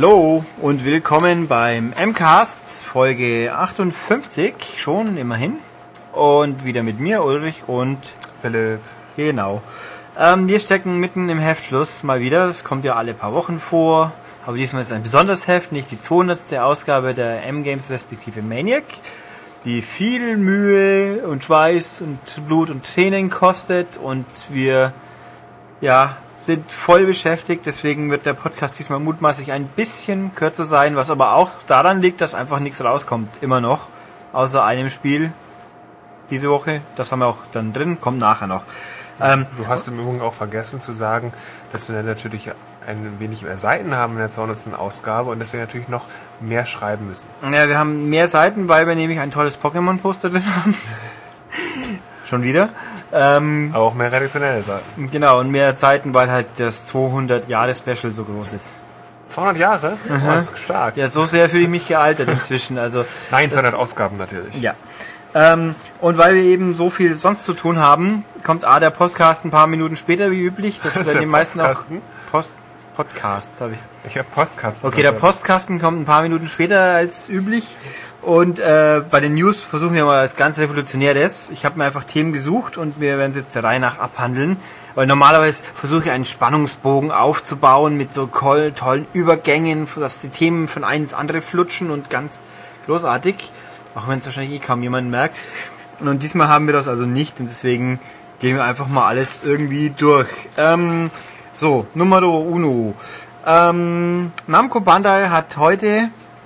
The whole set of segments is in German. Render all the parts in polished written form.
Hallo und willkommen beim M-Cast, Folge 58, schon immerhin. Und wieder mit mir, Ulrich und Philipp. Genau. Wir stecken mitten im Heftschluss mal wieder. Das kommt ja alle paar Wochen vor. Aber diesmal ist ein besonderes Heft, nicht die 200. Ausgabe der M-Games respektive Maniac, die viel Mühe und Schweiß und Blut und Tränen kostet. Und wir sind voll beschäftigt. Deswegen wird der Podcast diesmal mutmaßlich ein bisschen kürzer sein, was aber auch daran liegt, dass einfach nichts rauskommt. Immer noch. Außer einem Spiel diese Woche. Das haben wir auch dann drin. Kommt nachher noch. Du hast im Übrigen auch vergessen zu sagen, dass wir dann natürlich ein wenig mehr Seiten haben in der 200. Ausgabe und dass wir natürlich noch mehr schreiben müssen. Ja, wir haben mehr Seiten, weil wir nämlich ein tolles Pokémon-Poster drin haben. Schon wieder. Aber auch mehr redaktionelle Seiten. Genau, und mehr Seiten, weil halt das 200-Jahre-Special so groß ist. 200 Jahre? Oh, das ist stark. Ja, so sehr fühle ich mich gealtert inzwischen. Also Nein, 200 Ausgaben natürlich. Ja. Und weil wir eben so viel sonst zu tun haben, kommt der Podcast ein paar Minuten später wie üblich. Das werden die meisten auch... Podcast habe ich. Ich habe Postkasten. Okay, der Postkasten kommt ein paar Minuten später als üblich. Und bei den News versuchen wir mal was ganz Revolutionäres. Ich habe mir einfach Themen gesucht und wir werden es jetzt der Reihe nach abhandeln. Weil normalerweise versuche ich einen Spannungsbogen aufzubauen mit so tollen Übergängen, dass die Themen von einem ins andere flutschen und ganz großartig. Auch wenn es wahrscheinlich kaum jemand merkt. Und diesmal haben wir das also nicht und deswegen gehen wir einfach mal alles irgendwie durch. So, Numero uno. Namco Bandai hat heute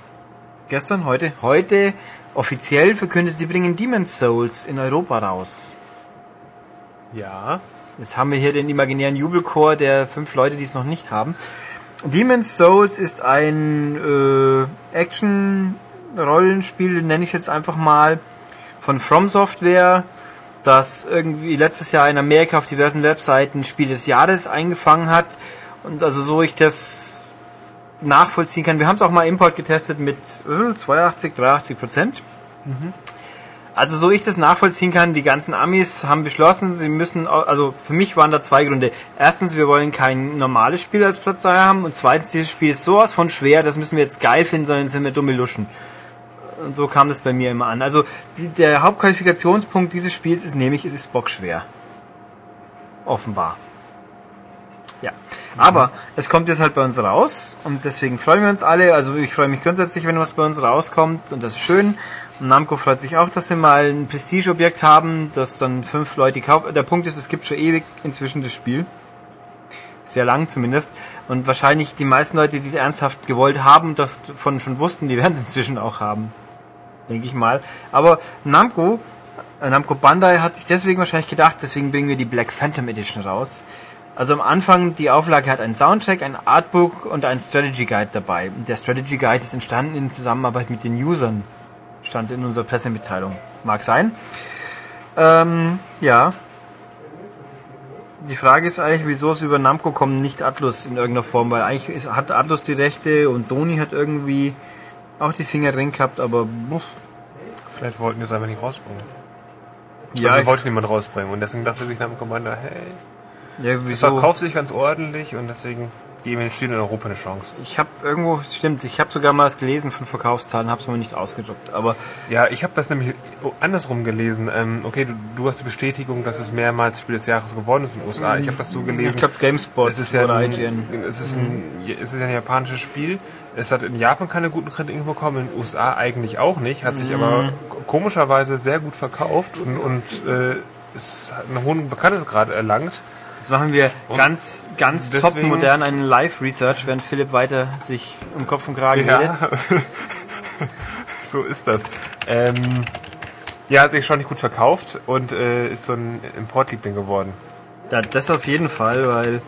offiziell verkündet, sie bringen Demon's Souls in Europa raus. Ja. Jetzt haben wir hier den imaginären Jubelchor der 5 Leute, die es noch nicht haben. Demon's Souls ist ein Action-Rollenspiel, nenne ich jetzt einfach mal, von From Software, das irgendwie letztes Jahr in Amerika auf diversen Webseiten Spiel des Jahres eingefangen hat. Und also so ich das nachvollziehen kann. Wir haben es auch mal Import getestet mit 83%. Also so ich das nachvollziehen kann, die ganzen Amis haben beschlossen, sie müssen, also für mich waren da 2 Gründe. Erstens, wir wollen kein normales Spiel als Platzreihe haben und zweitens, dieses Spiel ist sowas von schwer, das müssen wir jetzt geil finden, sondern sind wir dumme Luschen. Und so kam das bei mir immer an. Also der Hauptqualifikationspunkt dieses Spiels ist nämlich, es ist bockschwer. Offenbar. Ja. Aber es kommt jetzt halt bei uns raus und deswegen freuen wir uns alle. Also ich freue mich grundsätzlich, wenn was bei uns rauskommt und das ist schön. Und Namco freut sich auch, dass sie mal ein Prestigeobjekt haben, das dann 5 Leute kaufen. Der Punkt ist, es gibt schon ewig inzwischen das Spiel. Sehr lang zumindest. Und wahrscheinlich die meisten Leute, die es ernsthaft gewollt haben und davon schon wussten, die werden es inzwischen auch haben. Denke ich mal. Aber Namco Bandai hat sich deswegen wahrscheinlich gedacht, deswegen bringen wir die Black Phantom Edition raus. Also am Anfang, die Auflage hat einen Soundtrack, ein Artbook und einen Strategy Guide dabei. Und der Strategy Guide ist entstanden in Zusammenarbeit mit den Usern. Stand in unserer Pressemitteilung. Mag sein. Ja. Die Frage ist eigentlich, wieso es über Namco kommt, nicht Atlus in irgendeiner Form, weil eigentlich hat Atlus die Rechte und Sony hat irgendwie auch die Finger drin gehabt, aber Vielleicht wollten die es einfach nicht rausbringen. ja, Also wollte niemand rausbringen und deswegen dachte sich Namco Bandai, hey, ja, es wieso? verkauft sich ganz ordentlich und deswegen geben wir den Spiel in Europa eine Chance. Ich habe sogar mal was gelesen von Verkaufszahlen, habe es aber nicht ausgedruckt, aber Ja, ich habe das nämlich andersrum gelesen. Okay, du hast die Bestätigung, dass es mehrmals Spiel des Jahres geworden ist in den USA. Ich habe das so gelesen. ich glaube GameSpot Es ist ja oder ein, IGN. es ist ein japanisches Spiel. Es hat in Japan keine guten Kritiken bekommen, in den USA eigentlich auch nicht, hat sich aber komischerweise sehr gut verkauft und es hat einen hohen Bekanntheitsgrad erlangt. Jetzt machen wir Und ganz deswegen- top modern einen Live-Research, während Philipp weiter sich um Kopf und Kragen redet. Ja, so ist das. Ja, hat sich schon nicht gut verkauft und ist so ein Importliebling geworden. Ja, das auf jeden Fall, weil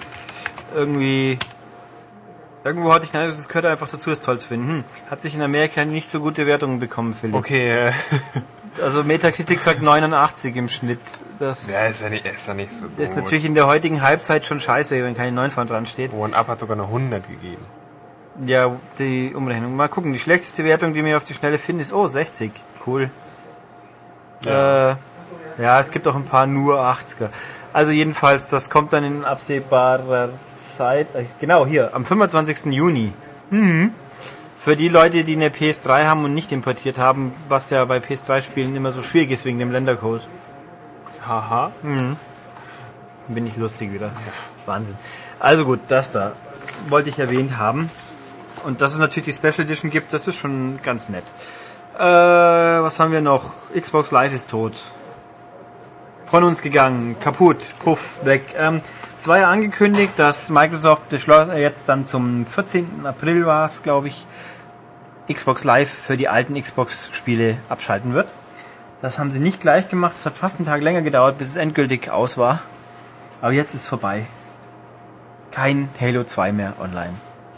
irgendwo hatte ich den Eindruck, das gehört einfach dazu, das toll zu finden. Hat sich in Amerika nicht so gute Wertungen bekommen, Philipp. Okay, Also Metacritic sagt 89 im Schnitt. Das ja, ist ja nicht so gut. ist natürlich in der heutigen Halbzeit schon scheiße, wenn keine 9 von dran steht. One-Up hat sogar eine 100 gegeben. Ja, die Umrechnung. Mal gucken, die schlechteste Wertung, die wir auf die Schnelle finden, ist 60. Cool. Ja, es gibt auch ein paar nur 80er. Also jedenfalls, das kommt dann in absehbarer Zeit. Genau, hier, am 25. Juni Für die Leute, die eine PS3 haben und nicht importiert haben, was ja bei PS3-Spielen immer so schwierig ist wegen dem Ländercode. Haha. Bin ich lustig wieder. Wahnsinn. Also gut, das da wollte ich erwähnt haben. Und dass es natürlich die Special Edition gibt, das ist schon ganz nett. Was haben wir noch? Xbox Live ist tot. Von uns gegangen, kaputt, puff, weg. Es war ja angekündigt, dass Microsoft beschloss, jetzt dann zum 14. April war es, glaube ich, Xbox Live für die alten Xbox-Spiele abschalten wird. Das haben sie nicht gleich gemacht. Es hat fast einen Tag länger gedauert, bis es endgültig aus war. Aber jetzt ist es vorbei. Kein Halo 2 mehr online.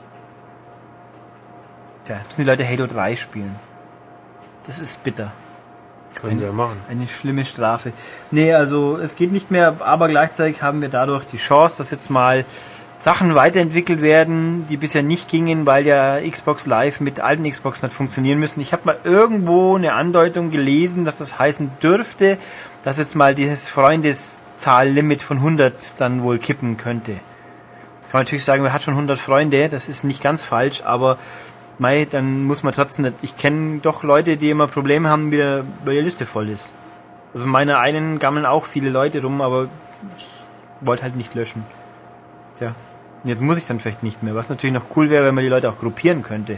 Tja, jetzt müssen die Leute Halo 3 spielen. Das ist bitter. Können sie ja machen. Eine schlimme Strafe. Nee, also es geht nicht mehr, aber gleichzeitig haben wir dadurch die Chance, dass jetzt mal Sachen weiterentwickelt werden, die bisher nicht gingen, weil ja Xbox Live mit alten Xbox nicht funktionieren müssen. Ich habe mal irgendwo eine Andeutung gelesen, dass das heißen dürfte, dass jetzt mal dieses Freundeszahl-Limit von 100 dann wohl kippen könnte. Kann man natürlich sagen, man hat schon 100 Freunde, das ist nicht ganz falsch, aber dann muss man trotzdem nicht. Ich kenne doch Leute, die immer Probleme haben, weil die Liste voll ist. Also von meiner einen gammeln auch viele Leute rum, aber ich wollte halt nicht löschen. Tja, jetzt muss ich dann vielleicht nicht mehr. Was natürlich noch cool wäre, wenn man die Leute auch gruppieren könnte.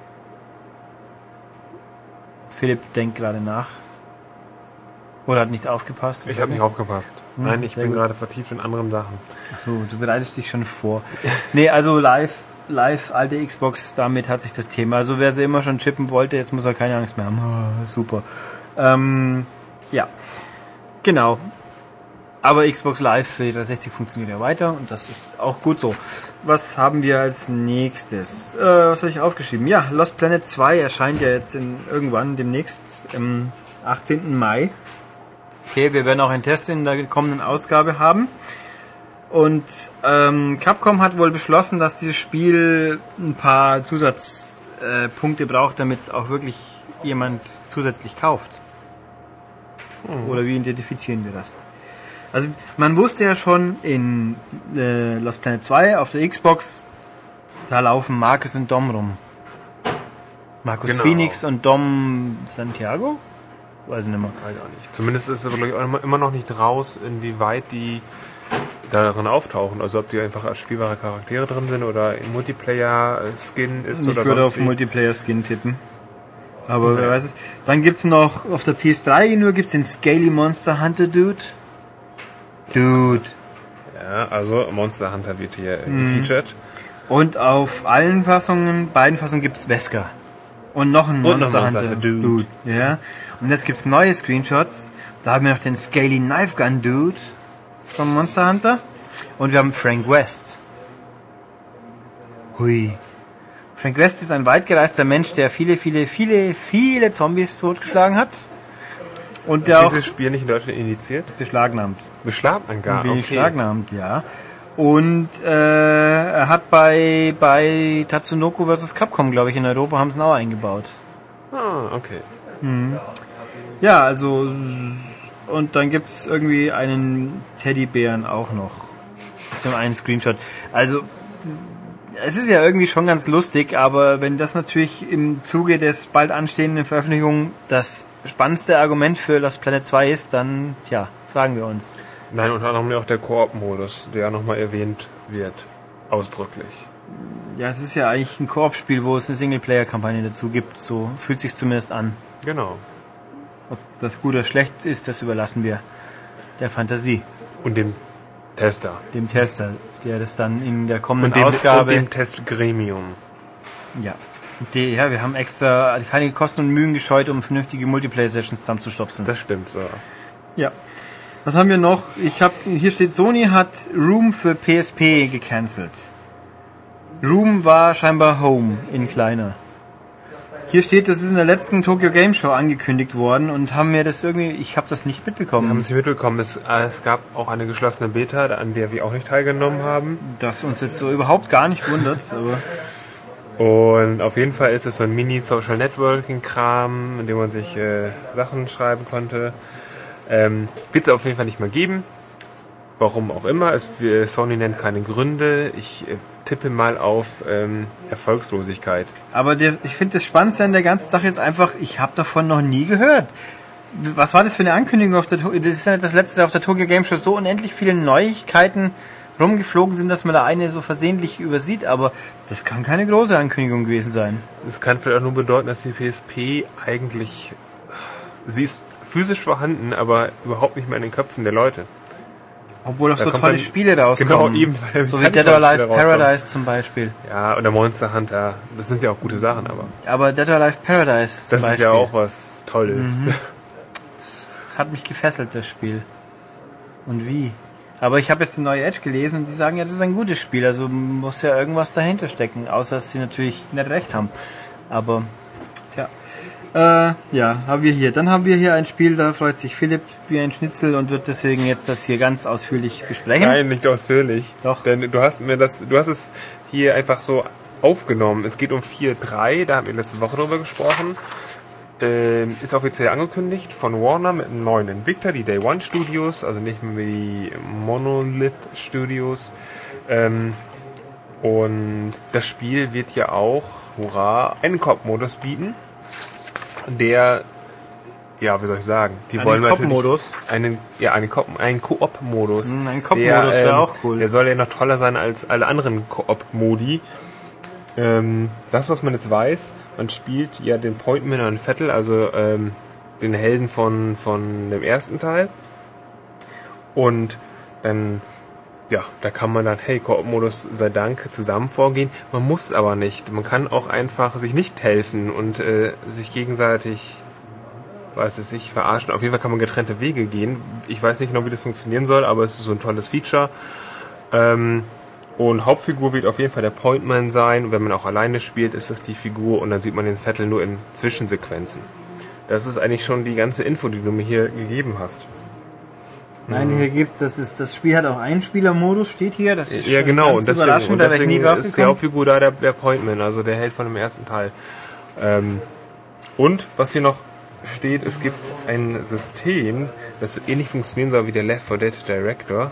Philipp denkt gerade nach. Oder hat nicht aufgepasst? Ich habe nicht aufgepasst. Nein, ich bin gerade vertieft in anderen Sachen. Achso, du bereitest dich schon vor. Nee, also live, alte Xbox, damit hat sich das Thema. Also wer sie immer schon chippen wollte, jetzt muss er keine Angst mehr haben. Oh, super. Ja, genau. Aber Xbox Live für die 360 funktioniert ja weiter und das ist auch gut so. Was haben wir als nächstes? Was habe ich aufgeschrieben? Ja, Lost Planet 2 erscheint ja jetzt irgendwann demnächst, am 18. Mai. Okay, wir werden auch einen Test in der kommenden Ausgabe haben. Und Capcom hat wohl beschlossen, dass dieses Spiel ein paar Zusatzpunkte braucht, damit es auch wirklich jemand zusätzlich kauft. Oder wie identifizieren wir das? Also man wusste ja schon in Lost Planet 2 auf der Xbox, da laufen Marcus und Dom rum. Marcus genau. Phoenix und Dom Santiago? Weiß ich nicht mehr. Weiß auch nicht. Zumindest ist aber immer noch nicht raus, inwieweit die darin auftauchen. Also ob die einfach als spielbare Charaktere drin sind oder im Multiplayer-Skin ist oder sonst. Ich würde auf Multiplayer-Skin tippen. Aber wer weiß es. Dann gibt's noch auf der PS3 nur gibt's den Scaly Monster Hunter Dude. Ja, also Monster Hunter wird hier gefeatured. Und auf beiden Fassungen gibt's Wesker. Und noch ein Monster Hunter Dude. Ja. Und jetzt gibt's neue Screenshots. Da haben wir noch den Scaly Knife Gun Dude von Monster Hunter. Und wir haben Frank West. Hui. Frank West ist ein weitgereister Mensch, der viele Zombies totgeschlagen hat. Und der ist dieses Spiel nicht in Deutschland indiziert? Beschlagnahmt. Beschlagnahmt, ja. Und er hat bei Tatsunoko vs. Capcom, glaube ich, in Europa haben sie ihn auch eingebaut. Ah, okay. Ja, also und dann gibt's irgendwie einen Teddybären auch noch. Auf dem einen Screenshot. Also es ist ja irgendwie schon ganz lustig, aber wenn das natürlich im Zuge des bald anstehenden Veröffentlichung das spannendste Argument für Lost Planet 2 ist, dann, fragen wir uns. Nein, unter anderem auch der Koop-Modus, der nochmal erwähnt wird, ausdrücklich. Ja, es ist ja eigentlich ein Koop-Spiel, wo es eine Singleplayer-Kampagne dazu gibt, so fühlt sich's zumindest an. Genau. Ob das gut oder schlecht ist, das überlassen wir der Fantasie. Und dem Tester. Dem Tester, der das dann in der kommenden Ausgabe... Und dem Testgremium. Ja. Wir haben extra keine Kosten und Mühen gescheut, um vernünftige Multiplayer-Sessions zusammenzustopseln. Das stimmt, so. Ja. Was haben wir noch? Hier steht, Sony hat Room für PSP gecancelt. Room war scheinbar Home in kleiner. Hier steht, das ist in der letzten Tokyo Game Show angekündigt worden und haben wir das irgendwie, ich habe das nicht mitbekommen. Wir haben es nicht mitbekommen. Es gab auch eine geschlossene Beta, an der wir auch nicht teilgenommen haben. Das uns jetzt so überhaupt gar nicht wundert. Aber und auf jeden Fall ist es so ein Mini-Social-Networking-Kram, in dem man sich Sachen schreiben konnte. Wird es auf jeden Fall nicht mehr geben. Warum auch immer. Sony nennt keine Gründe. Ich tippe mal auf Erfolgslosigkeit. Aber ich finde, das Spannendste an der ganzen Sache ist einfach, ich habe davon noch nie gehört. Was war das für eine Ankündigung das ist ja das letzte auf der Tokyo Game Show, so unendlich viele Neuigkeiten rumgeflogen sind, dass man da eine so versehentlich übersieht, aber das kann keine große Ankündigung gewesen sein. Das kann vielleicht auch nur bedeuten, dass die PSP eigentlich, sie ist physisch vorhanden, aber überhaupt nicht mehr in den Köpfen der Leute. Obwohl auch so tolle Spiele rauskommen. Genau, eben. So wie Dead or Alive Paradise zum Beispiel. Ja, oder Monster Hunter. Das sind ja auch gute Sachen, aber... Aber Dead or Alive Paradise zum Beispiel. Das ist ja auch was Tolles. Das hat mich gefesselt, das Spiel. Und wie? Aber ich habe jetzt die neue Edge gelesen und die sagen ja, das ist ein gutes Spiel. Also muss ja irgendwas dahinter stecken. Außer, dass sie natürlich nicht recht haben. Aber, tja. Ja, haben wir hier. Dann haben wir hier ein Spiel, da freut sich Philipp wie ein Schnitzel und wird deswegen jetzt das hier ganz ausführlich besprechen. Nein, nicht ausführlich. Doch. Denn du hast es hier einfach so aufgenommen. Es geht um 4.3, da haben wir letzte Woche drüber gesprochen. Ist offiziell angekündigt von Warner mit einem neuen Entwickler, die Day One Studios, also nicht mehr die Monolith Studios. Und das Spiel wird ja auch, hurra, einen Koop-Modus bieten. Der, ja, wie soll ich sagen, die wollen natürlich einen Koop-Modus. Ein Koop-Modus wäre auch cool. Der soll ja noch toller sein als alle anderen Koop-Modi. Das, was man jetzt weiß, man spielt ja den Pointman und Vettel, also den Helden von dem ersten Teil. Und ja, da kann man dann, hey, Koop-Modus sei Dank, zusammen vorgehen. Man muss aber nicht. Man kann auch einfach sich nicht helfen und sich gegenseitig, weiß es nicht, verarschen. Auf jeden Fall kann man getrennte Wege gehen. Ich weiß nicht genau, wie das funktionieren soll, aber es ist so ein tolles Feature. Und Hauptfigur wird auf jeden Fall der Pointman sein. Und wenn man auch alleine spielt, ist das die Figur und dann sieht man den Vettel nur in Zwischensequenzen. Das ist eigentlich schon die ganze Info, die du mir hier gegeben hast. Nein, hier gibt das Spiel hat auch einen Spielermodus, steht hier. Das ist ja genau, und deswegen ist die drauf Hauptfigur da der Pointman, also der Held von dem ersten Teil. Und was hier noch steht, es gibt ein System, das so ähnlich funktionieren soll wie der Left 4 Dead Director.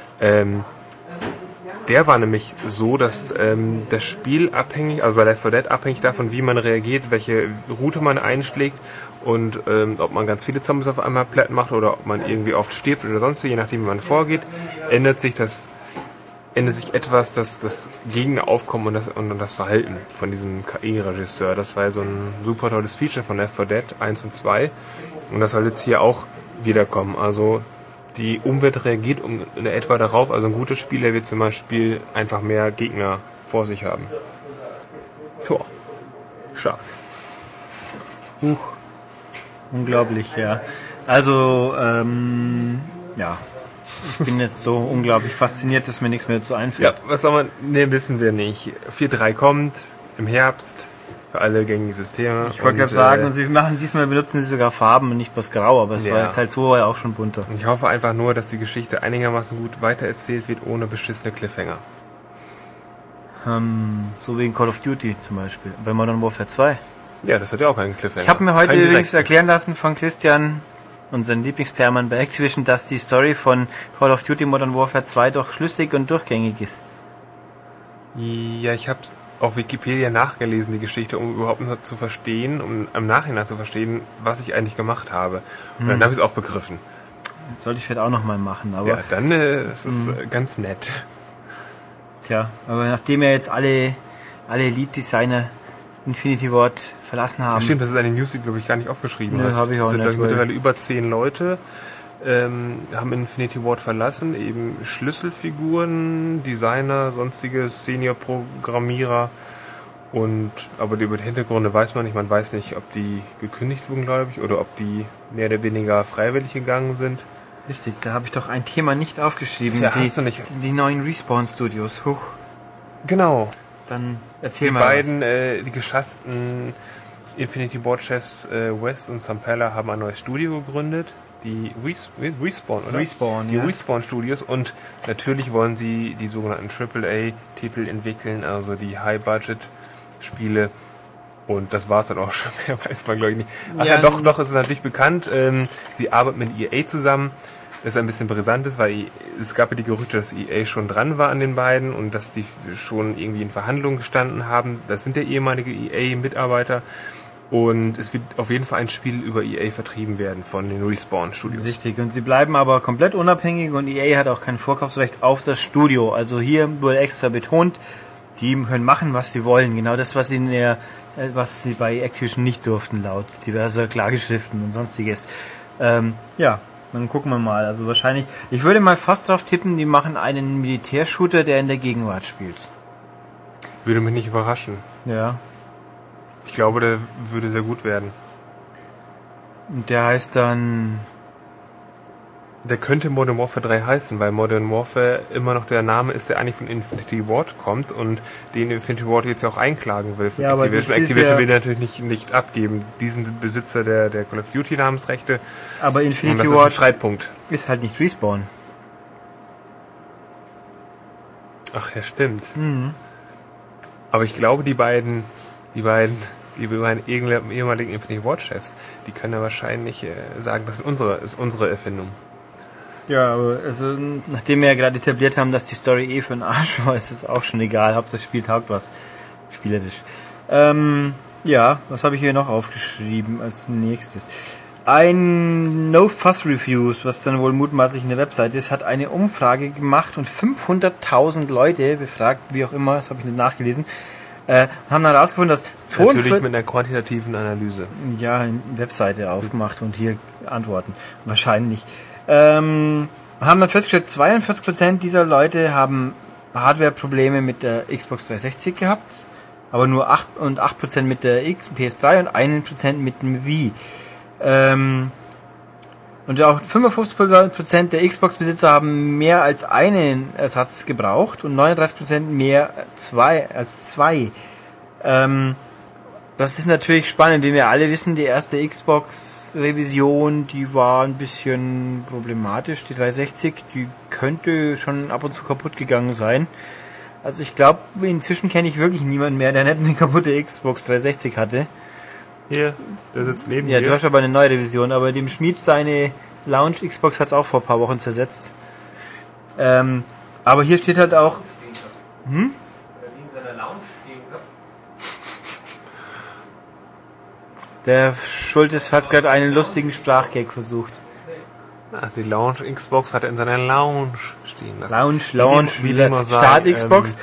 Der war nämlich so, dass das Spiel abhängig, also bei Left 4 Dead abhängig davon, wie man reagiert, welche Route man einschlägt und ob man ganz viele Zombies auf einmal platt macht oder ob man irgendwie oft stirbt oder sonst, je nachdem wie man vorgeht, ändert sich etwas, das Gegner aufkommen und das Verhalten von diesem KI-Regisseur. Das war ja so ein super tolles Feature von Left 4 Dead 1 und 2 und das soll jetzt hier auch wiederkommen. Also die Umwelt reagiert in etwa darauf, also ein guter Spieler wird zum Beispiel einfach mehr Gegner vor sich haben. Tja, stark. Unglaublich, ja. Also, ja. Ich bin jetzt so unglaublich fasziniert, dass mir nichts mehr dazu einfällt. Ja, was soll man, ne, wissen wir nicht. 4.3 kommt im Herbst für alle gängigen Systeme. Ich wollte gerade sagen, und sie benutzen sie sogar Farben und nicht bloß grau, aber es war Teil 2 war ja auch schon bunter. Ich hoffe einfach nur, dass die Geschichte einigermaßen gut weitererzählt wird, ohne beschissene Cliffhanger. So wie in Call of Duty zum Beispiel, bei Modern Warfare 2. Ja, das hat ja auch einen Cliffhanger. Ich habe mir heute übrigens erklären lassen von Christian, unseren Lieblingspermann bei Activision, dass die Story von Call of Duty Modern Warfare 2 doch schlüssig und durchgängig ist. Ja, ich habe es auf Wikipedia nachgelesen, die Geschichte, um überhaupt noch zu verstehen, um im Nachhinein zu verstehen, was ich eigentlich gemacht habe. Und dann habe ich es auch begriffen. Das sollte ich vielleicht auch nochmal machen, aber... Ja, dann ist es ganz nett. Tja, aber nachdem ja jetzt alle Lead-Designer Infinity Ward verlassen haben... Das stimmt, das ist eine News, die glaube ich gar nicht aufgeschrieben hast. Habe ich auch es sind nicht. Mittlerweile über 10 Leute haben Infinity Ward verlassen, eben Schlüsselfiguren, Designer, sonstige Senior-Programmierer aber über die Hintergründe weiß man nicht. Man weiß nicht, ob die gekündigt wurden, glaube ich, oder ob die mehr oder weniger freiwillig gegangen sind. Richtig, da habe ich doch ein Thema nicht aufgeschrieben. Ja, hast du nicht. Die neuen Respawn-Studios. Genau. Dann erzähl die mal beiden, die geschassten Infinity Ward-Chefs West und Zampella haben ein neues Studio gegründet. Die Respawn, oder? Respawn, die Respawn Studios, und natürlich wollen sie die sogenannten AAA-Titel entwickeln, also die High-Budget-Spiele, und das war's dann auch schon, mehr weiß man glaube ich nicht. Ach ja, doch, es ist natürlich bekannt, sie arbeiten mit EA zusammen, es ein bisschen brisant ist, weil es gab ja die Gerüchte, dass EA schon dran war an den beiden und dass die schon irgendwie in Verhandlungen gestanden haben. Das sind ja ehemalige EA-Mitarbeiter. Und es wird auf jeden Fall ein Spiel über EA vertrieben werden von den Respawn Studios. Richtig, und sie bleiben aber komplett unabhängig und EA hat auch kein Vorkaufsrecht auf das Studio. Also hier wurde extra betont, die können machen, was sie wollen. Genau das, was sie bei Activision nicht durften, laut diverser Klageschriften und sonstiges. Ja, dann gucken wir mal. Also wahrscheinlich, ich würde mal fast drauf tippen, die machen einen Militärshooter, der in der Gegenwart spielt. Würde mich nicht überraschen. Ja. Ich glaube, der würde sehr gut werden. Und der heißt dann... Der könnte Modern Warfare 3 heißen, weil Modern Warfare immer noch der Name ist, der eigentlich von Infinity Ward kommt und den Infinity Ward jetzt ja auch einklagen will. Ja, aber Activision will natürlich nicht abgeben, diesen Besitzer der Call of Duty Namensrechte. Aber Infinity Ward ist ein Streitpunkt. Ist halt nicht Respawn. Ach ja, stimmt. Mhm. Aber ich glaube, die beiden ehemaligen Infinity Ward Chefs, die können ja wahrscheinlich sagen, das ist unsere Erfindung. Ja, aber also, nachdem wir ja gerade etabliert haben, dass die Story für den Arsch war, ist es auch schon egal. Hauptsache das Spiel taugt was. Spielerisch. Ja, was habe ich hier noch aufgeschrieben als nächstes? Ein No Fuss Reviews, was dann wohl mutmaßlich eine Webseite ist, hat eine Umfrage gemacht und 500.000 Leute befragt, wie auch immer, das habe ich nicht nachgelesen, haben dann herausgefunden, dass 42... Natürlich mit einer quantitativen Analyse. Ja, eine Webseite aufgemacht und hier Antworten. Wahrscheinlich. Haben dann festgestellt, 42% dieser Leute haben Hardware-Probleme mit der Xbox 360 gehabt, aber nur 8% mit der PS3 und 1% mit dem Wii. Und auch 55% der Xbox-Besitzer haben mehr als einen Ersatz gebraucht und 39% mehr als zwei. Das ist natürlich spannend, wie wir alle wissen, die erste Xbox-Revision, die war ein bisschen problematisch, die 360, die könnte schon ab und zu kaputt gegangen sein. Also ich glaube, inzwischen kenne ich wirklich niemanden mehr, der nicht eine kaputte Xbox 360 hatte. Hier, der sitzt neben dir. Ja, du hast aber eine neue Revision, aber dem Schmied seine Lounge Xbox hat es auch vor ein paar Wochen zersetzt. Aber hier steht halt auch... Der Schultes hat gerade einen lustigen Sprachgag versucht. Ach, die Lounge Xbox hat er in seiner Lounge stehen lassen. Lounge, wie die immer sagen, Start Xbox.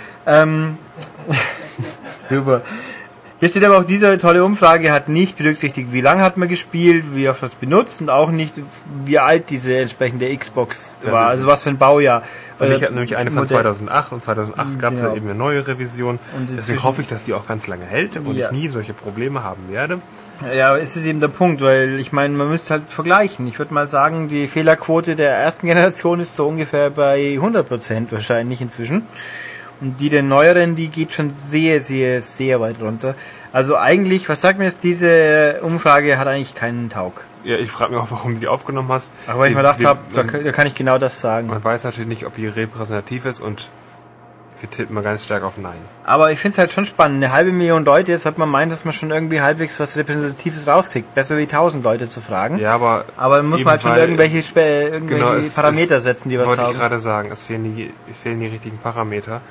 Super. Hier steht aber auch, diese tolle Umfrage hat nicht berücksichtigt, wie lange hat man gespielt, wie oft das benutzt und auch nicht, wie alt diese entsprechende Xbox war, also was für ein Baujahr. Und ich hatte nämlich eine von 2008 und 2008 gab es ja eben eine neue Revision. Und deswegen hoffe ich, dass die auch ganz lange hält und ich nie solche Probleme haben werde. Ja, es ist eben der Punkt, weil ich meine, man müsste halt vergleichen. Ich würde mal sagen, die Fehlerquote der ersten Generation ist so ungefähr bei 100% wahrscheinlich inzwischen. Und die der neueren, die geht schon sehr, sehr, sehr weit runter. Also eigentlich, was sagt mir jetzt, diese Umfrage hat eigentlich keinen Taug. Ja, ich frage mich auch, warum du die aufgenommen hast. Aber weil ich mir gedacht habe, da kann ich genau das sagen. Man weiß natürlich nicht, ob die repräsentativ ist und wir tippen mal ganz stark auf Nein. Aber ich finde es halt schon spannend. 500.000 Leute, jetzt hat man meint, dass man schon irgendwie halbwegs was Repräsentatives rauskriegt. Besser wie 1000 Leute zu fragen. Ja, aber muss man halt schon irgendwelche Parameter setzen, die was wollte taugen. Ich gerade sagen, es fehlen die richtigen Parameter.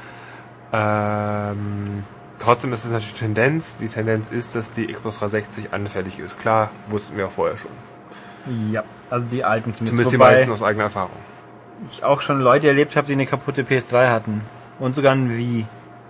Trotzdem ist es natürlich Tendenz. Die Tendenz ist, dass die Xbox 360 anfällig ist. Klar, wussten wir auch vorher schon. Ja, also die alten zumindest die meisten aus eigener Erfahrung. Ich auch schon Leute erlebt habe, die eine kaputte PS3 hatten. Und sogar ein Wii.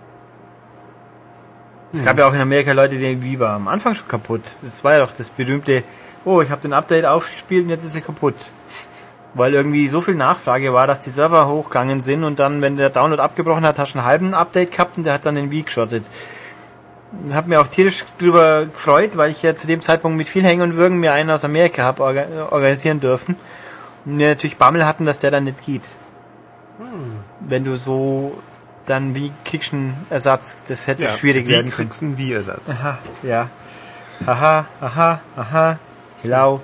Es gab ja auch in Amerika Leute, die ein Wii war am Anfang schon kaputt. Das war ja doch das berühmte, oh, ich habe den Update aufgespielt und jetzt ist er kaputt. Weil irgendwie so viel Nachfrage war, dass die Server hochgegangen sind und dann, wenn der Download abgebrochen hat, hast du einen halben Update gehabt und der hat dann den Wii geschottet. Ich habe mir auch tierisch drüber gefreut, weil ich ja zu dem Zeitpunkt mit viel Hängen und Würgen mir einen aus Amerika habe organisieren dürfen. Und wir natürlich Bammel hatten, dass der dann nicht geht. Wenn du so, dann wie kriegst du einen Ersatz? Das hätte schwierig werden können. Wie kriegst du einen Wii-Ersatz? Aha, ja. Aha. Hello.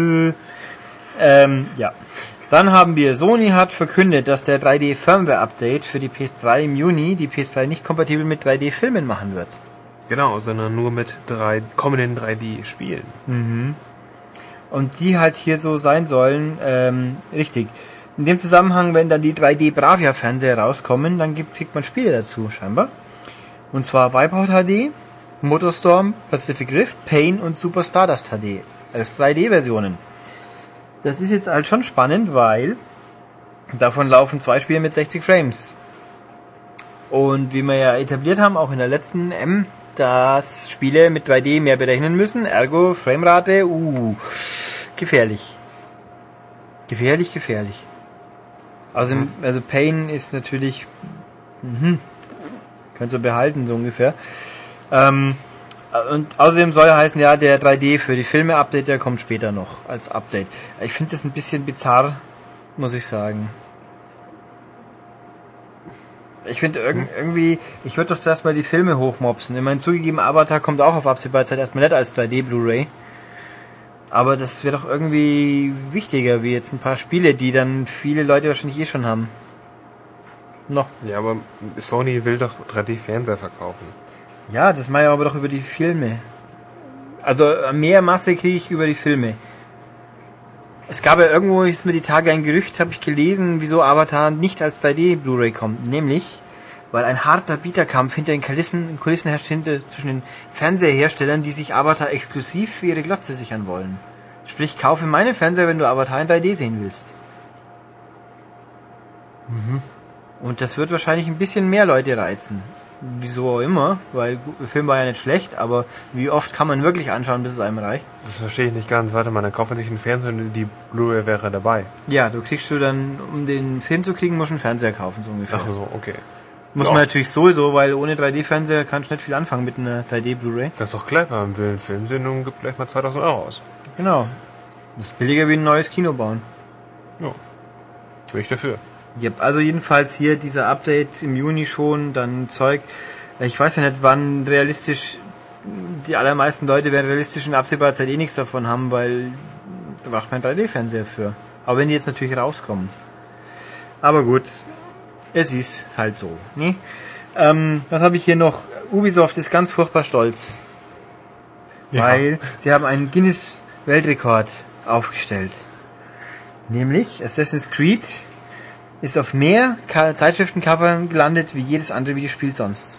Ja. Dann haben wir, Sony hat verkündet, dass der 3D-Firmware-Update für die PS3 im Juni die PS3 nicht kompatibel mit 3D-Filmen machen wird. Genau, sondern nur mit kommenden 3D-Spielen. Mhm. und die halt hier so sein sollen, richtig. In dem Zusammenhang, wenn dann die 3D Bravia-Fernseher rauskommen, dann kriegt man Spiele dazu, scheinbar. Und zwar Wipeout HD, Motorstorm, Pacific Rift, Pain und Super Stardust HD. Als 3D-Versionen. Das ist jetzt halt schon spannend, weil davon laufen 2 Spiele mit 60 Frames. Und wie wir ja etabliert haben, auch in der letzten M, dass Spiele mit 3D mehr berechnen müssen, ergo Framerate, gefährlich. Gefährlich. Also Pain ist natürlich, könnt ihr behalten, so ungefähr. Und außerdem soll ja heißen, ja, der 3D für die Filme-Update, der kommt später noch als Update. Ich finde das ein bisschen bizarr, muss ich sagen. Ich finde irgendwie, ich würde doch zuerst mal die Filme hochmopsen. Ich meine, zugegeben, Avatar kommt auch auf absehbare Zeit erstmal nicht als 3D Blu-ray. Aber das wäre doch irgendwie wichtiger, wie jetzt ein paar Spiele, die dann viele Leute wahrscheinlich eh schon haben. Noch. Ja, aber Sony will doch 3D-Fernseher verkaufen. Ja, das mache ich aber doch über die Filme. Also mehr Masse kriege ich über die Filme. Es gab ja irgendwo, ist mir die Tage ein Gerücht, habe ich gelesen, wieso Avatar nicht als 3D Blu-ray kommt. Nämlich, weil ein harter Bieterkampf hinter den Kulissen herrscht zwischen den Fernseherherstellern, die sich Avatar exklusiv für ihre Glotze sichern wollen. Sprich, kaufe meine Fernseher, wenn du Avatar in 3D sehen willst. Und das wird wahrscheinlich ein bisschen mehr Leute reizen. Wieso auch immer, weil der Film war ja nicht schlecht, aber wie oft kann man wirklich anschauen, bis es einem reicht? Das verstehe ich nicht ganz. Warte mal, dann kauft man sich einen Fernseher und die Blu-ray wäre dabei. Ja, du dann, um den Film zu kriegen, musst du einen Fernseher kaufen, so ungefähr. Ach so, okay. Muss man natürlich sowieso, weil ohne 3D-Fernseher kannst du nicht viel anfangen mit einer 3D-Blu-ray. Das ist doch clever, man will einen Film sehen und gibt gleich mal 2.000 Euro aus. Genau. Das ist billiger wie ein neues Kino bauen. Ja, bin ich dafür. Yep, also jedenfalls hier dieser Update im Juni schon, dann Zeug. Ich weiß ja nicht, wann realistisch, die allermeisten Leute werden realistisch in absehbarer Zeit eh nichts davon haben, weil da braucht man einen 3D-Fernseher für. Aber wenn die jetzt natürlich rauskommen. Aber gut, es ist halt so. Ne? Was habe ich hier noch? Ubisoft ist ganz furchtbar stolz. Ja. Weil sie haben einen Guinness-Weltrekord aufgestellt. Nämlich Assassin's Creed ist auf mehr Zeitschriftencovern gelandet wie jedes andere Videospiel sonst.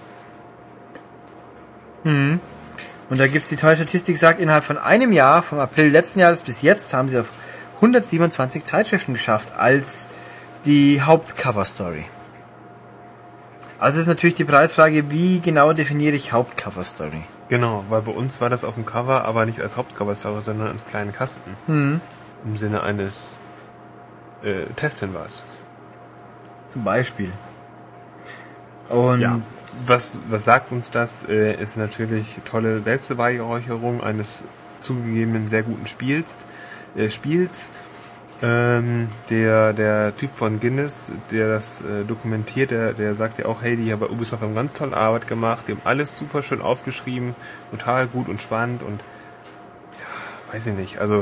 Und da gibt's die tolle Statistik, sagt, innerhalb von einem Jahr, vom April letzten Jahres bis jetzt, haben sie auf 127 Zeitschriften geschafft als die Hauptcover-Story. Also ist natürlich die Preisfrage, wie genau definiere ich Hauptcover-Story? Genau, weil bei uns war das auf dem Cover, aber nicht als Hauptcover-Story, sondern als kleinen Kasten. Im Sinne eines Testhinweises. Zum Beispiel. Und ja, was sagt uns das? Ist natürlich tolle Selbstbeweihräucherung eines zugegebenen sehr guten Spiels. Der Typ von Guinness, der das dokumentiert, der sagt ja auch, hey, die haben bei Ubisoft haben ganz tolle Arbeit gemacht, die haben alles super schön aufgeschrieben, total gut und spannend und ja, weiß ich nicht, also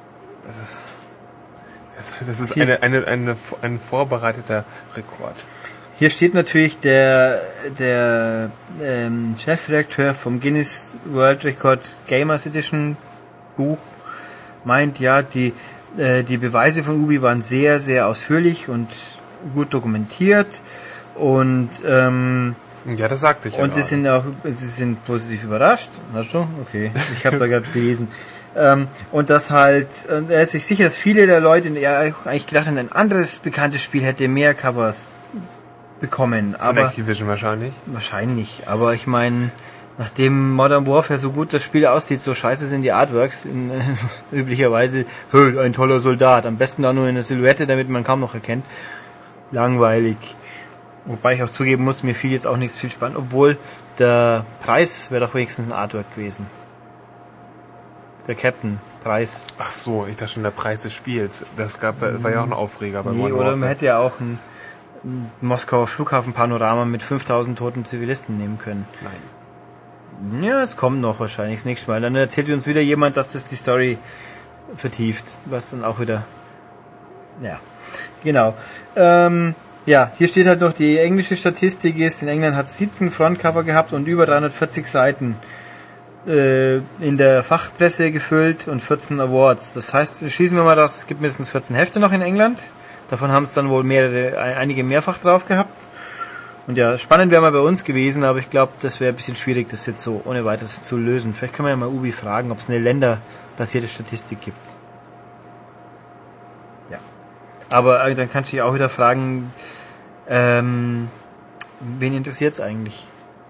das ist ein vorbereiteter Rekord. Hier steht natürlich der Chefredakteur vom Guinness World Record Gamers Edition Buch, meint, ja, die Beweise von Ubi waren sehr, sehr ausführlich und gut dokumentiert und ja, das sagte ich. Und sie sind positiv überrascht. Hast du? Okay, ich habe da gerade gelesen. Und das halt, er ist sich sicher, dass viele der Leute eigentlich gedacht haben, ein anderes bekanntes Spiel hätte mehr Covers bekommen. Von Activision wahrscheinlich. Wahrscheinlich, aber ich meine, nachdem Modern Warfare so gut das Spiel aussieht, so scheiße sind die Artworks üblicherweise, ein toller Soldat, am besten da nur in der Silhouette, damit man kaum noch erkennt. Langweilig. Wobei ich auch zugeben muss, mir fiel jetzt auch nichts viel spannend, obwohl der Preis wäre doch wenigstens ein Artwork gewesen. Der Captain-Preis. Ach so, ich dachte schon, der Preis des Spiels. War ja auch ein Aufreger bei Modern Warfare. Oder man hätte ja auch ein Moskauer Flughafen-Panorama mit 5000 toten Zivilisten nehmen können. Nein. Ja, es kommt noch wahrscheinlich das nächste Mal. Dann erzählt uns wieder jemand, dass das die Story vertieft. Was dann auch wieder... Ja, genau. Ja, hier steht halt noch, die englische Statistik ist, in England hat es 17 Frontcover gehabt und über 340 Seiten. in der Fachpresse gefüllt und 14 Awards. Das heißt, schließen wir mal das, es gibt mindestens 14 Hefte noch in England. Davon haben es dann wohl einige mehrfach drauf gehabt. Und ja, spannend wäre mal bei uns gewesen, aber ich glaube, das wäre ein bisschen schwierig, das jetzt so ohne weiteres zu lösen. Vielleicht können wir ja mal Ubi fragen, ob es eine länderbasierte Statistik gibt. Ja. Aber dann kannst du dich auch wieder fragen, wen interessiert es eigentlich?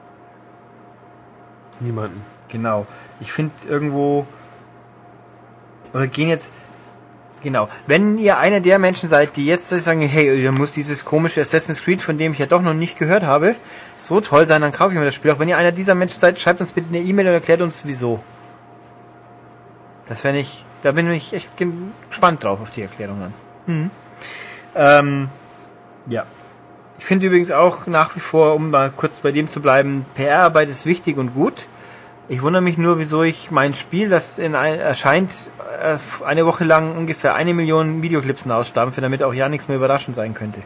Niemanden. Genau. Ich finde irgendwo, oder gehen jetzt, genau, wenn ihr einer der Menschen seid, die jetzt sagen, hey, ihr muss dieses komische Assassin's Creed, von dem ich ja doch noch nicht gehört habe, so toll sein, dann kaufe ich mir das Spiel. Auch wenn ihr einer dieser Menschen seid, schreibt uns bitte eine E-Mail und erklärt uns, wieso. Da bin ich echt gespannt drauf, auf die Erklärung dann. Ja. Ich finde übrigens auch nach wie vor, um mal kurz bei dem zu bleiben, PR-Arbeit ist wichtig und gut. Ich wundere mich nur, wieso ich mein Spiel, das erscheint, eine Woche lang ungefähr 1 Million Videoclips ausstampfe, damit auch ja nichts mehr überraschend sein könnte.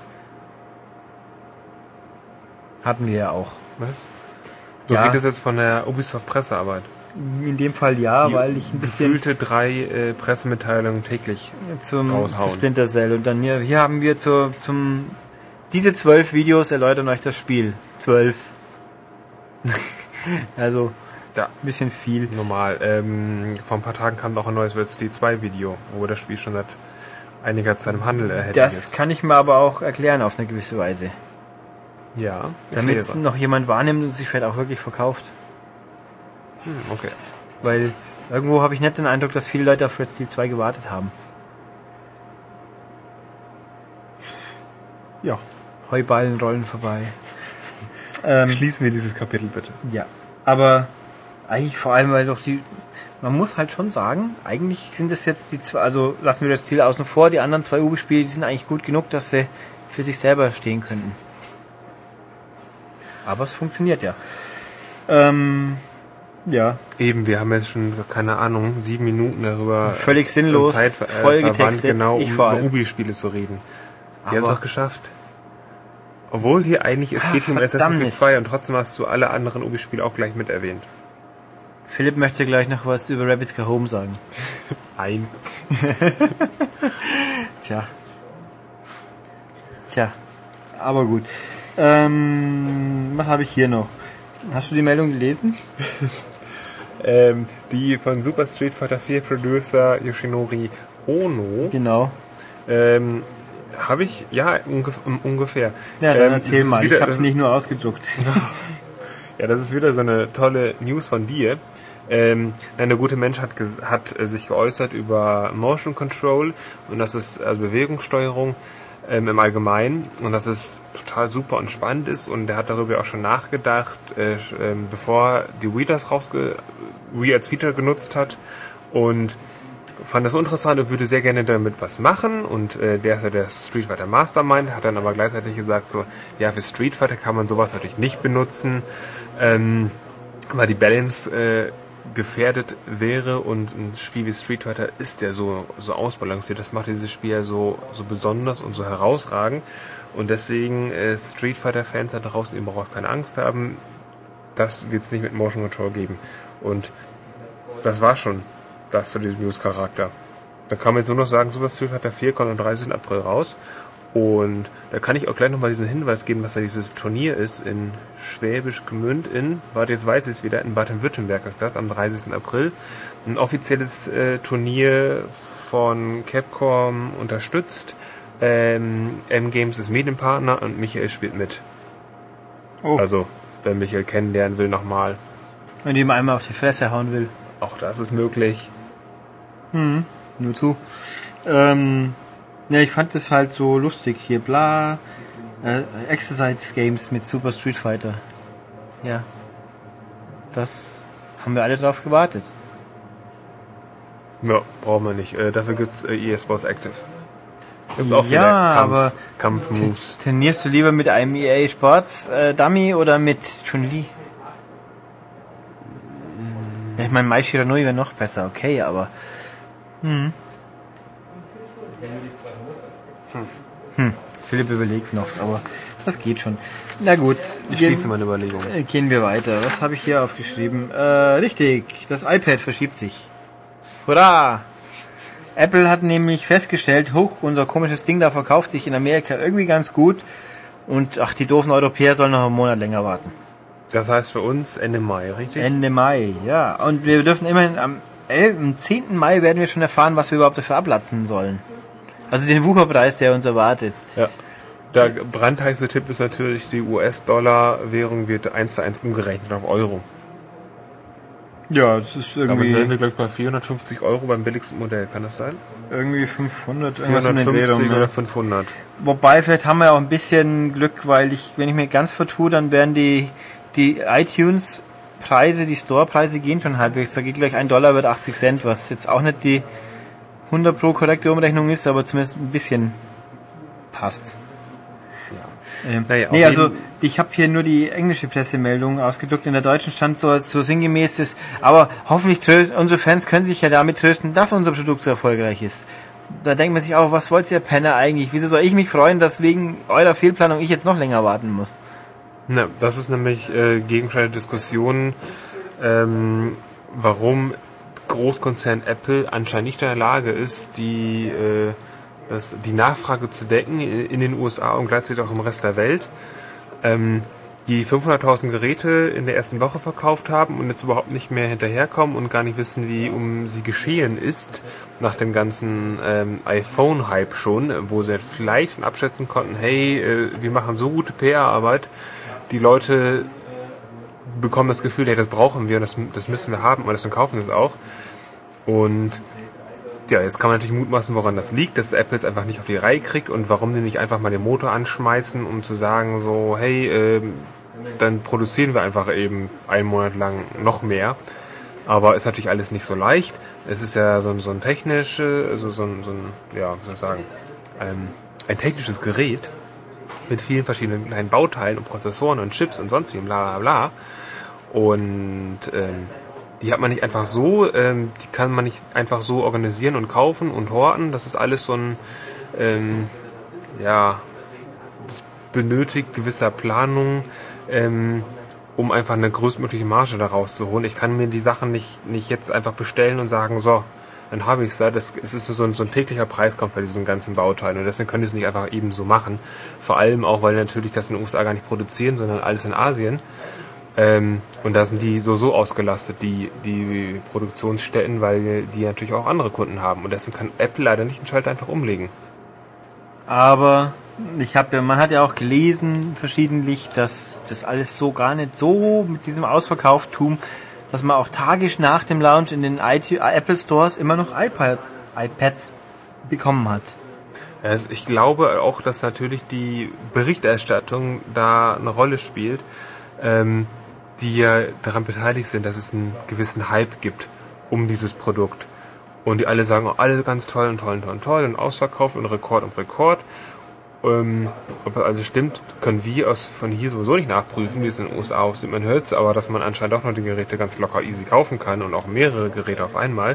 Hatten wir ja auch. Was? Du redest jetzt von der Ubisoft-Pressearbeit. In dem Fall ja, weil ich ein bisschen... Gefühlte 3 Pressemitteilungen täglich zu Splinter Cell. Und dann hier haben wir diese 12 Videos erläutern euch das Spiel. 12. Also... Ja. Ein bisschen viel. Normal. Vor ein paar Tagen kam noch ein neues Red Steel 2 Video, wo das Spiel schon seit einiger Zeit im Handel erhältlich ist. Das kann ich mir aber auch erklären auf eine gewisse Weise. Ja. Damit es noch jemand wahrnimmt und sich vielleicht auch wirklich verkauft. Okay. Weil irgendwo habe ich nicht den Eindruck, dass viele Leute auf Red Steel 2 gewartet haben. Ja. Heuballen rollen vorbei. Schließen wir dieses Kapitel bitte. Ja. Aber eigentlich vor allem, weil doch man muss halt schon sagen, eigentlich sind es jetzt die zwei, also lassen wir das Ziel außen vor, die anderen 2 Ubi-Spiele, die sind eigentlich gut genug, dass sie für sich selber stehen könnten. Aber es funktioniert ja. Ja. Eben, wir haben jetzt schon, keine Ahnung, 7 Minuten darüber. Völlig sinnlos, voll getextet, genau, ich vor allem. über Ubi-Spiele zu reden. Wir haben es auch geschafft. Obwohl hier eigentlich, es geht um Assassin's Creed 2 und trotzdem hast du alle anderen Ubi-Spiele auch gleich mit erwähnt. Philipp möchte gleich noch was über Rabbids Go Home sagen. Nein. Tja, aber gut. Was habe ich hier noch? Hast du die Meldung gelesen? Die von Super Street Fighter 4 Producer Yoshinori Ono. Genau. Habe ich, ja, ungefähr. Ja, dann erzähl mal, ich habe es nicht nur ausgedruckt. Ja, das ist wieder so eine tolle News von dir. Der gute Mensch hat sich geäußert über Motion Control und das ist also Bewegungssteuerung im Allgemeinen und dass es total super und spannend ist und der hat darüber auch schon nachgedacht, bevor die Wii als Feature genutzt hat und fand das interessant und würde sehr gerne damit was machen und der ist ja der Street Fighter Mastermind, hat dann aber gleichzeitig gesagt so, ja, für Street Fighter kann man sowas natürlich nicht benutzen, weil die Balance gefährdet wäre und ein Spiel wie Street Fighter ist ja so ausbalanciert, das macht dieses Spiel ja so besonders und so herausragend und deswegen Street Fighter Fans da draußen eben auch keine Angst haben, das wird es nicht mit Motion Control geben und das war schon das zu diesem News-Charakter. Da kann man jetzt nur noch sagen, Super Street Fighter 4 kommt am 30. April raus. Und da kann ich auch gleich nochmal diesen Hinweis geben, was da dieses Turnier ist in Schwäbisch Gmünd jetzt weiß ich es wieder, in Baden-Württemberg ist das, am 30. April. Ein offizielles Turnier von Capcom unterstützt. M-Games ist Medienpartner und Michael spielt mit. Oh. Also, wer Michael kennenlernen will nochmal. Und ihm einmal auf die Fresse hauen will. Auch das ist möglich. Nur zu. Ja, ich fand das halt so lustig hier, bla. Exercise Games mit Super Street Fighter. Ja. Das haben wir alle drauf gewartet. Ja, brauchen wir nicht. Dafür gibt's EA Sports Active. Gibt's auch viele Kampfmoves. Trainierst du lieber mit einem EA Sports Dummy oder mit Chun-Li? Ja, ich meine, Mai Shiranui wäre noch besser, okay, aber... Philipp überlegt noch, aber das geht schon. Na gut. Ich schließe meine Überlegung. Gehen wir weiter. Was habe ich hier aufgeschrieben? Richtig, das iPad verschiebt sich. Hurra! Apple hat nämlich festgestellt, unser komisches Ding da verkauft sich in Amerika irgendwie ganz gut und die doofen Europäer sollen noch einen Monat länger warten. Das heißt für uns Ende Mai, richtig? Ende Mai, ja. Und wir dürfen immerhin am 10. Mai werden wir schon erfahren, was wir überhaupt dafür ablatzen sollen. Also den Wucherpreis, der uns erwartet. Ja. Der brandheiße Tipp ist natürlich, die US-Dollar-Währung wird 1:1 umgerechnet auf Euro. Ja, das ist irgendwie... Damit wären wir, glaube ich, bei 450 Euro beim billigsten Modell. Kann das sein? Irgendwie 500, 450 oder 500. Wobei, vielleicht haben wir auch ein bisschen Glück, weil wenn ich mir ganz vertue, dann werden die iTunes-Preise, die Store-Preise gehen schon halbwegs. Da geht gleich $1 wird 80 Cent, was jetzt auch nicht die 100% korrekte Umrechnung ist, aber zumindest ein bisschen passt. Ich habe hier nur die englische Pressemeldung ausgedruckt. In der deutschen stand so sinngemäß ist, aber hoffentlich unsere Fans können sich ja damit trösten, dass unser Produkt so erfolgreich ist. Da denkt man sich auch, was wollt ihr Penner eigentlich? Wieso soll ich mich freuen, dass wegen eurer Fehlplanung ich jetzt noch länger warten muss? Na, das ist nämlich Gegenstand der Diskussion, warum Großkonzern Apple anscheinend nicht in der Lage ist, die Nachfrage zu decken in den USA und gleichzeitig auch im Rest der Welt. Die 500.000 Geräte in der ersten Woche verkauft haben und jetzt überhaupt nicht mehr hinterherkommen und gar nicht wissen, wie um sie geschehen ist, nach dem ganzen iPhone-Hype schon, wo sie vielleicht schon abschätzen konnten, hey, wir machen so gute PR-Arbeit, die Leute bekommen das Gefühl, hey, das brauchen wir und das müssen wir haben und deswegen kaufen wir es auch. Und ja, jetzt kann man natürlich mutmaßen, woran das liegt, dass Apple es einfach nicht auf die Reihe kriegt und warum die nicht einfach mal den Motor anschmeißen, um zu sagen so, hey, dann produzieren wir einfach eben einen Monat lang noch mehr. Aber ist natürlich alles nicht so leicht. Es ist ja so ein technisches, ein technisches Gerät mit vielen verschiedenen kleinen Bauteilen und Prozessoren und Chips und sonst wie bla bla bla. Und die hat man nicht einfach so, die kann man nicht einfach so organisieren und kaufen und horten. Das ist alles so ein, das benötigt gewisser Planung, um einfach eine größtmögliche Marge daraus zu holen. Ich kann mir die Sachen nicht jetzt einfach bestellen und sagen, so, dann habe ich es da. Es ist so ein täglicher Preiskampf bei diesen ganzen Bauteilen und deswegen können die es nicht einfach eben so machen. Vor allem auch, weil natürlich das in den USA gar nicht produzieren, sondern alles in Asien. Und da sind die so ausgelastet, die Produktionsstätten, weil die natürlich auch andere Kunden haben. Und deswegen kann Apple leider nicht den Schalter einfach umlegen. Aber man hat ja auch gelesen, verschiedentlich, dass das alles so gar nicht so mit diesem Ausverkauftum, dass man auch tagisch nach dem Launch in den Apple Stores immer noch iPads bekommen hat. Also ich glaube auch, dass natürlich die Berichterstattung da eine Rolle spielt, die ja daran beteiligt sind, dass es einen gewissen Hype gibt um dieses Produkt. Und die alle sagen, alle ganz toll und ausverkauft und Rekord. Ob das also stimmt, können wir von hier sowieso nicht nachprüfen, wie es in den USA aussieht. Man hört es, aber dass man anscheinend auch noch die Geräte ganz locker easy kaufen kann und auch mehrere Geräte auf einmal.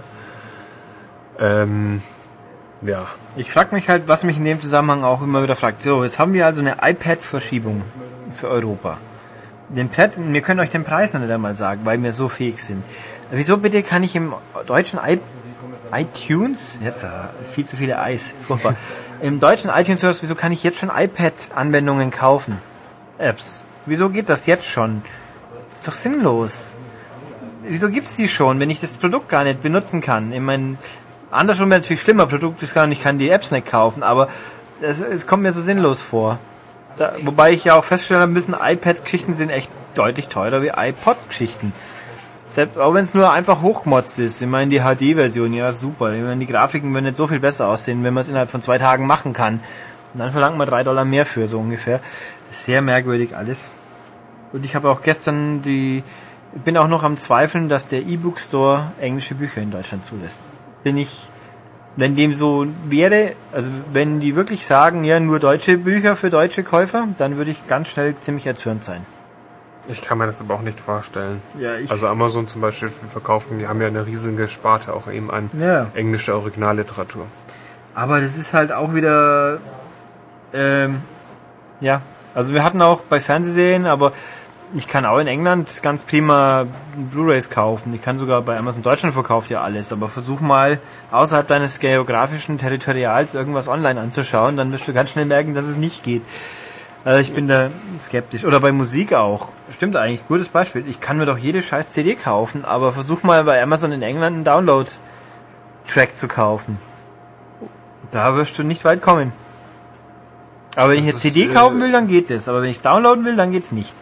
Ja. Ich frage mich halt, was mich in dem Zusammenhang auch immer wieder fragt. So, jetzt haben wir also eine iPad-Verschiebung für Europa. Wir können euch den Preis noch nicht einmal sagen, weil wir so fähig sind. Wieso bitte kann ich im deutschen iTunes, jetzt viel zu viele Eis, furchtbar. Im deutschen iTunes Store, wieso kann ich jetzt schon iPad-Anwendungen kaufen? Apps. Wieso geht das jetzt schon? Das ist doch sinnlos. Wieso gibt's die schon, wenn ich das Produkt gar nicht benutzen kann? Ich meine, andersrum wäre natürlich schlimmer, Produkt ist gar nicht, ich kann die Apps nicht kaufen, aber es kommt mir so sinnlos vor. Wobei ich ja auch feststellen habe müssen, iPad-Geschichten sind echt deutlich teurer wie iPod-Geschichten. Selbst auch wenn es nur einfach hochgemotzt ist. Ich meine, die HD-Version, ja super. Ich meine, die Grafiken würden nicht so viel besser aussehen, wenn man es innerhalb von 2 Tagen machen kann. Und dann verlangt man $3 mehr für, so ungefähr. Das ist sehr merkwürdig alles. Und ich habe auch bin auch noch am Zweifeln, dass der E-Book Store englische Bücher in Deutschland zulässt. Wenn dem so wäre, also wenn die wirklich sagen, ja, nur deutsche Bücher für deutsche Käufer, dann würde ich ganz schnell ziemlich erzürnt sein. Ich kann mir das aber auch nicht vorstellen. Ja, also Amazon zum Beispiel verkaufen, die haben ja eine riesige Sparte auch eben an englischer Originalliteratur. Aber das ist halt auch wieder, Ja, also wir hatten auch bei Fernsehserien, aber ich kann auch in England ganz prima Blu-rays kaufen. Ich kann sogar bei Amazon Deutschland verkauft ja alles, aber versuch mal außerhalb deines geografischen Territorials irgendwas online anzuschauen, dann wirst du ganz schnell merken, dass es nicht geht. Also ich bin da skeptisch. Oder bei Musik auch. Stimmt eigentlich, gutes Beispiel. Ich kann mir doch jede scheiß CD kaufen, aber versuch mal bei Amazon in England einen Download-Track zu kaufen. Da wirst du nicht weit kommen. Aber wenn ich eine CD kaufen will, dann geht das. Aber wenn ich es downloaden will, dann geht's nicht.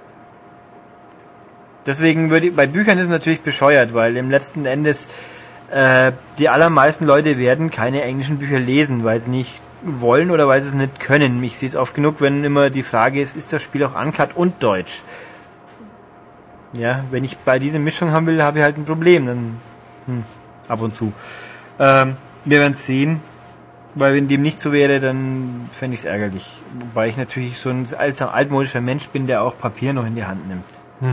Deswegen bei Büchern ist es natürlich bescheuert, weil im letzten Endes die allermeisten Leute werden keine englischen Bücher lesen, weil sie nicht wollen oder weil sie es nicht können. Ich sehe es oft genug, wenn immer die Frage ist das Spiel auch uncut und Deutsch? Ja, wenn ich bei dieser Mischung haben will, habe ich halt ein Problem. Dann ab und zu. Wir werden es sehen, weil wenn dem nicht so wäre, dann fände ich es ärgerlich. Wobei ich natürlich so ein altmodischer Mensch bin, der auch Papier noch in die Hand nimmt.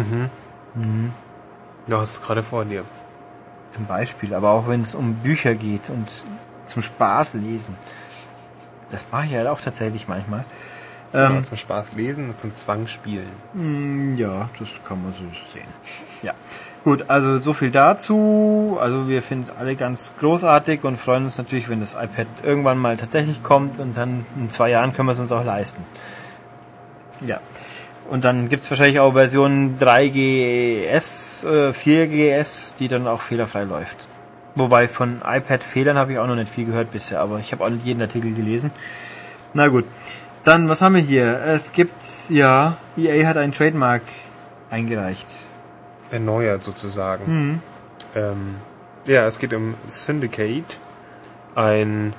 Du hast es gerade vor dir. Zum Beispiel, aber auch wenn es um Bücher geht und zum Spaß lesen. Das mache ich halt auch tatsächlich manchmal. Zum Spaß lesen und zum Zwang spielen. Ja, das kann man so sehen. Ja. Gut, also so viel dazu. Also wir finden es alle ganz großartig und freuen uns natürlich, wenn das iPad irgendwann mal tatsächlich kommt und dann in 2 Jahren können wir es uns auch leisten. Ja. Und dann gibt es wahrscheinlich auch Version 3GS, 4GS, die dann auch fehlerfrei läuft. Wobei von iPad-Fehlern habe ich auch noch nicht viel gehört bisher, aber ich habe auch nicht jeden Artikel gelesen. Na gut. Dann, was haben wir hier? Es gibt, EA hat einen Trademark eingereicht. Erneuert sozusagen. Es geht um Syndicate. Ein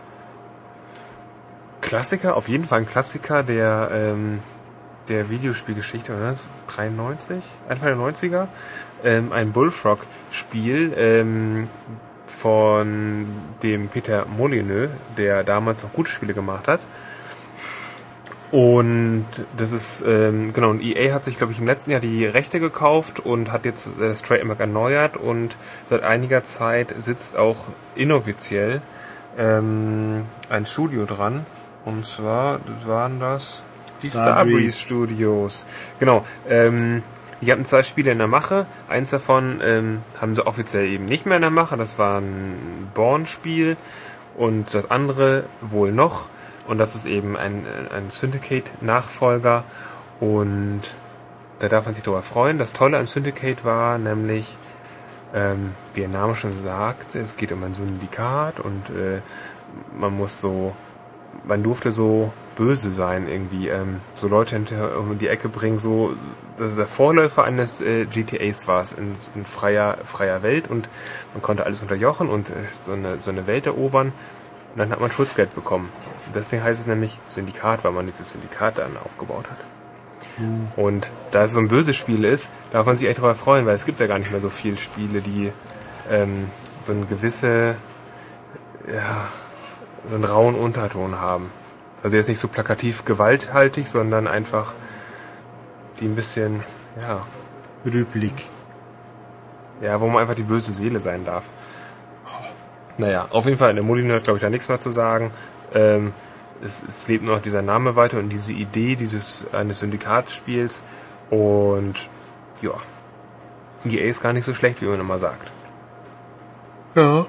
Klassiker, auf jeden Fall ein Klassiker der Videospielgeschichte, oder? 93? Anfang der 90er. Ein Bullfrog-Spiel von dem Peter Molyneux, der damals noch gute Spiele gemacht hat. Und das ist, und EA hat sich, glaube ich, im letzten Jahr die Rechte gekauft und hat jetzt das Trademark erneuert und seit einiger Zeit sitzt auch inoffiziell ein Studio dran. Und zwar waren das die Starbreeze Studios. Genau. Die hatten 2 Spiele in der Mache. Eins davon haben sie offiziell eben nicht mehr in der Mache. Das war ein Born-Spiel. Und das andere wohl noch. Und das ist eben ein Syndicate-Nachfolger. Und da darf man sich darüber freuen. Das Tolle an Syndicate war nämlich, wie der Name schon sagt, es geht um ein Syndikat und man durfte so böse sein irgendwie, so Leute hinter um die Ecke bringen, so, das ist der Vorläufer eines GTAs war es in freier Welt und man konnte alles unterjochen und so eine Welt erobern und dann hat man Schutzgeld bekommen. Deswegen heißt es nämlich Syndikat, weil man dieses Syndikat dann aufgebaut hat. Und da es so ein böses Spiel ist, darf man sich echt darüber freuen, weil es gibt ja gar nicht mehr so viele Spiele, die so eine gewisse, so einen rauen Unterton haben. Also jetzt nicht so plakativ gewalthaltig, sondern einfach die ein bisschen, rüpelig. Ja, wo man einfach die böse Seele sein darf. Naja, auf jeden Fall, in der Molyneux hat, glaube ich, da nichts mehr zu sagen. Es lebt nur noch dieser Name weiter und diese Idee eines Syndikatsspiels. Und ja, EA ist gar nicht so schlecht, wie man immer sagt. Ja.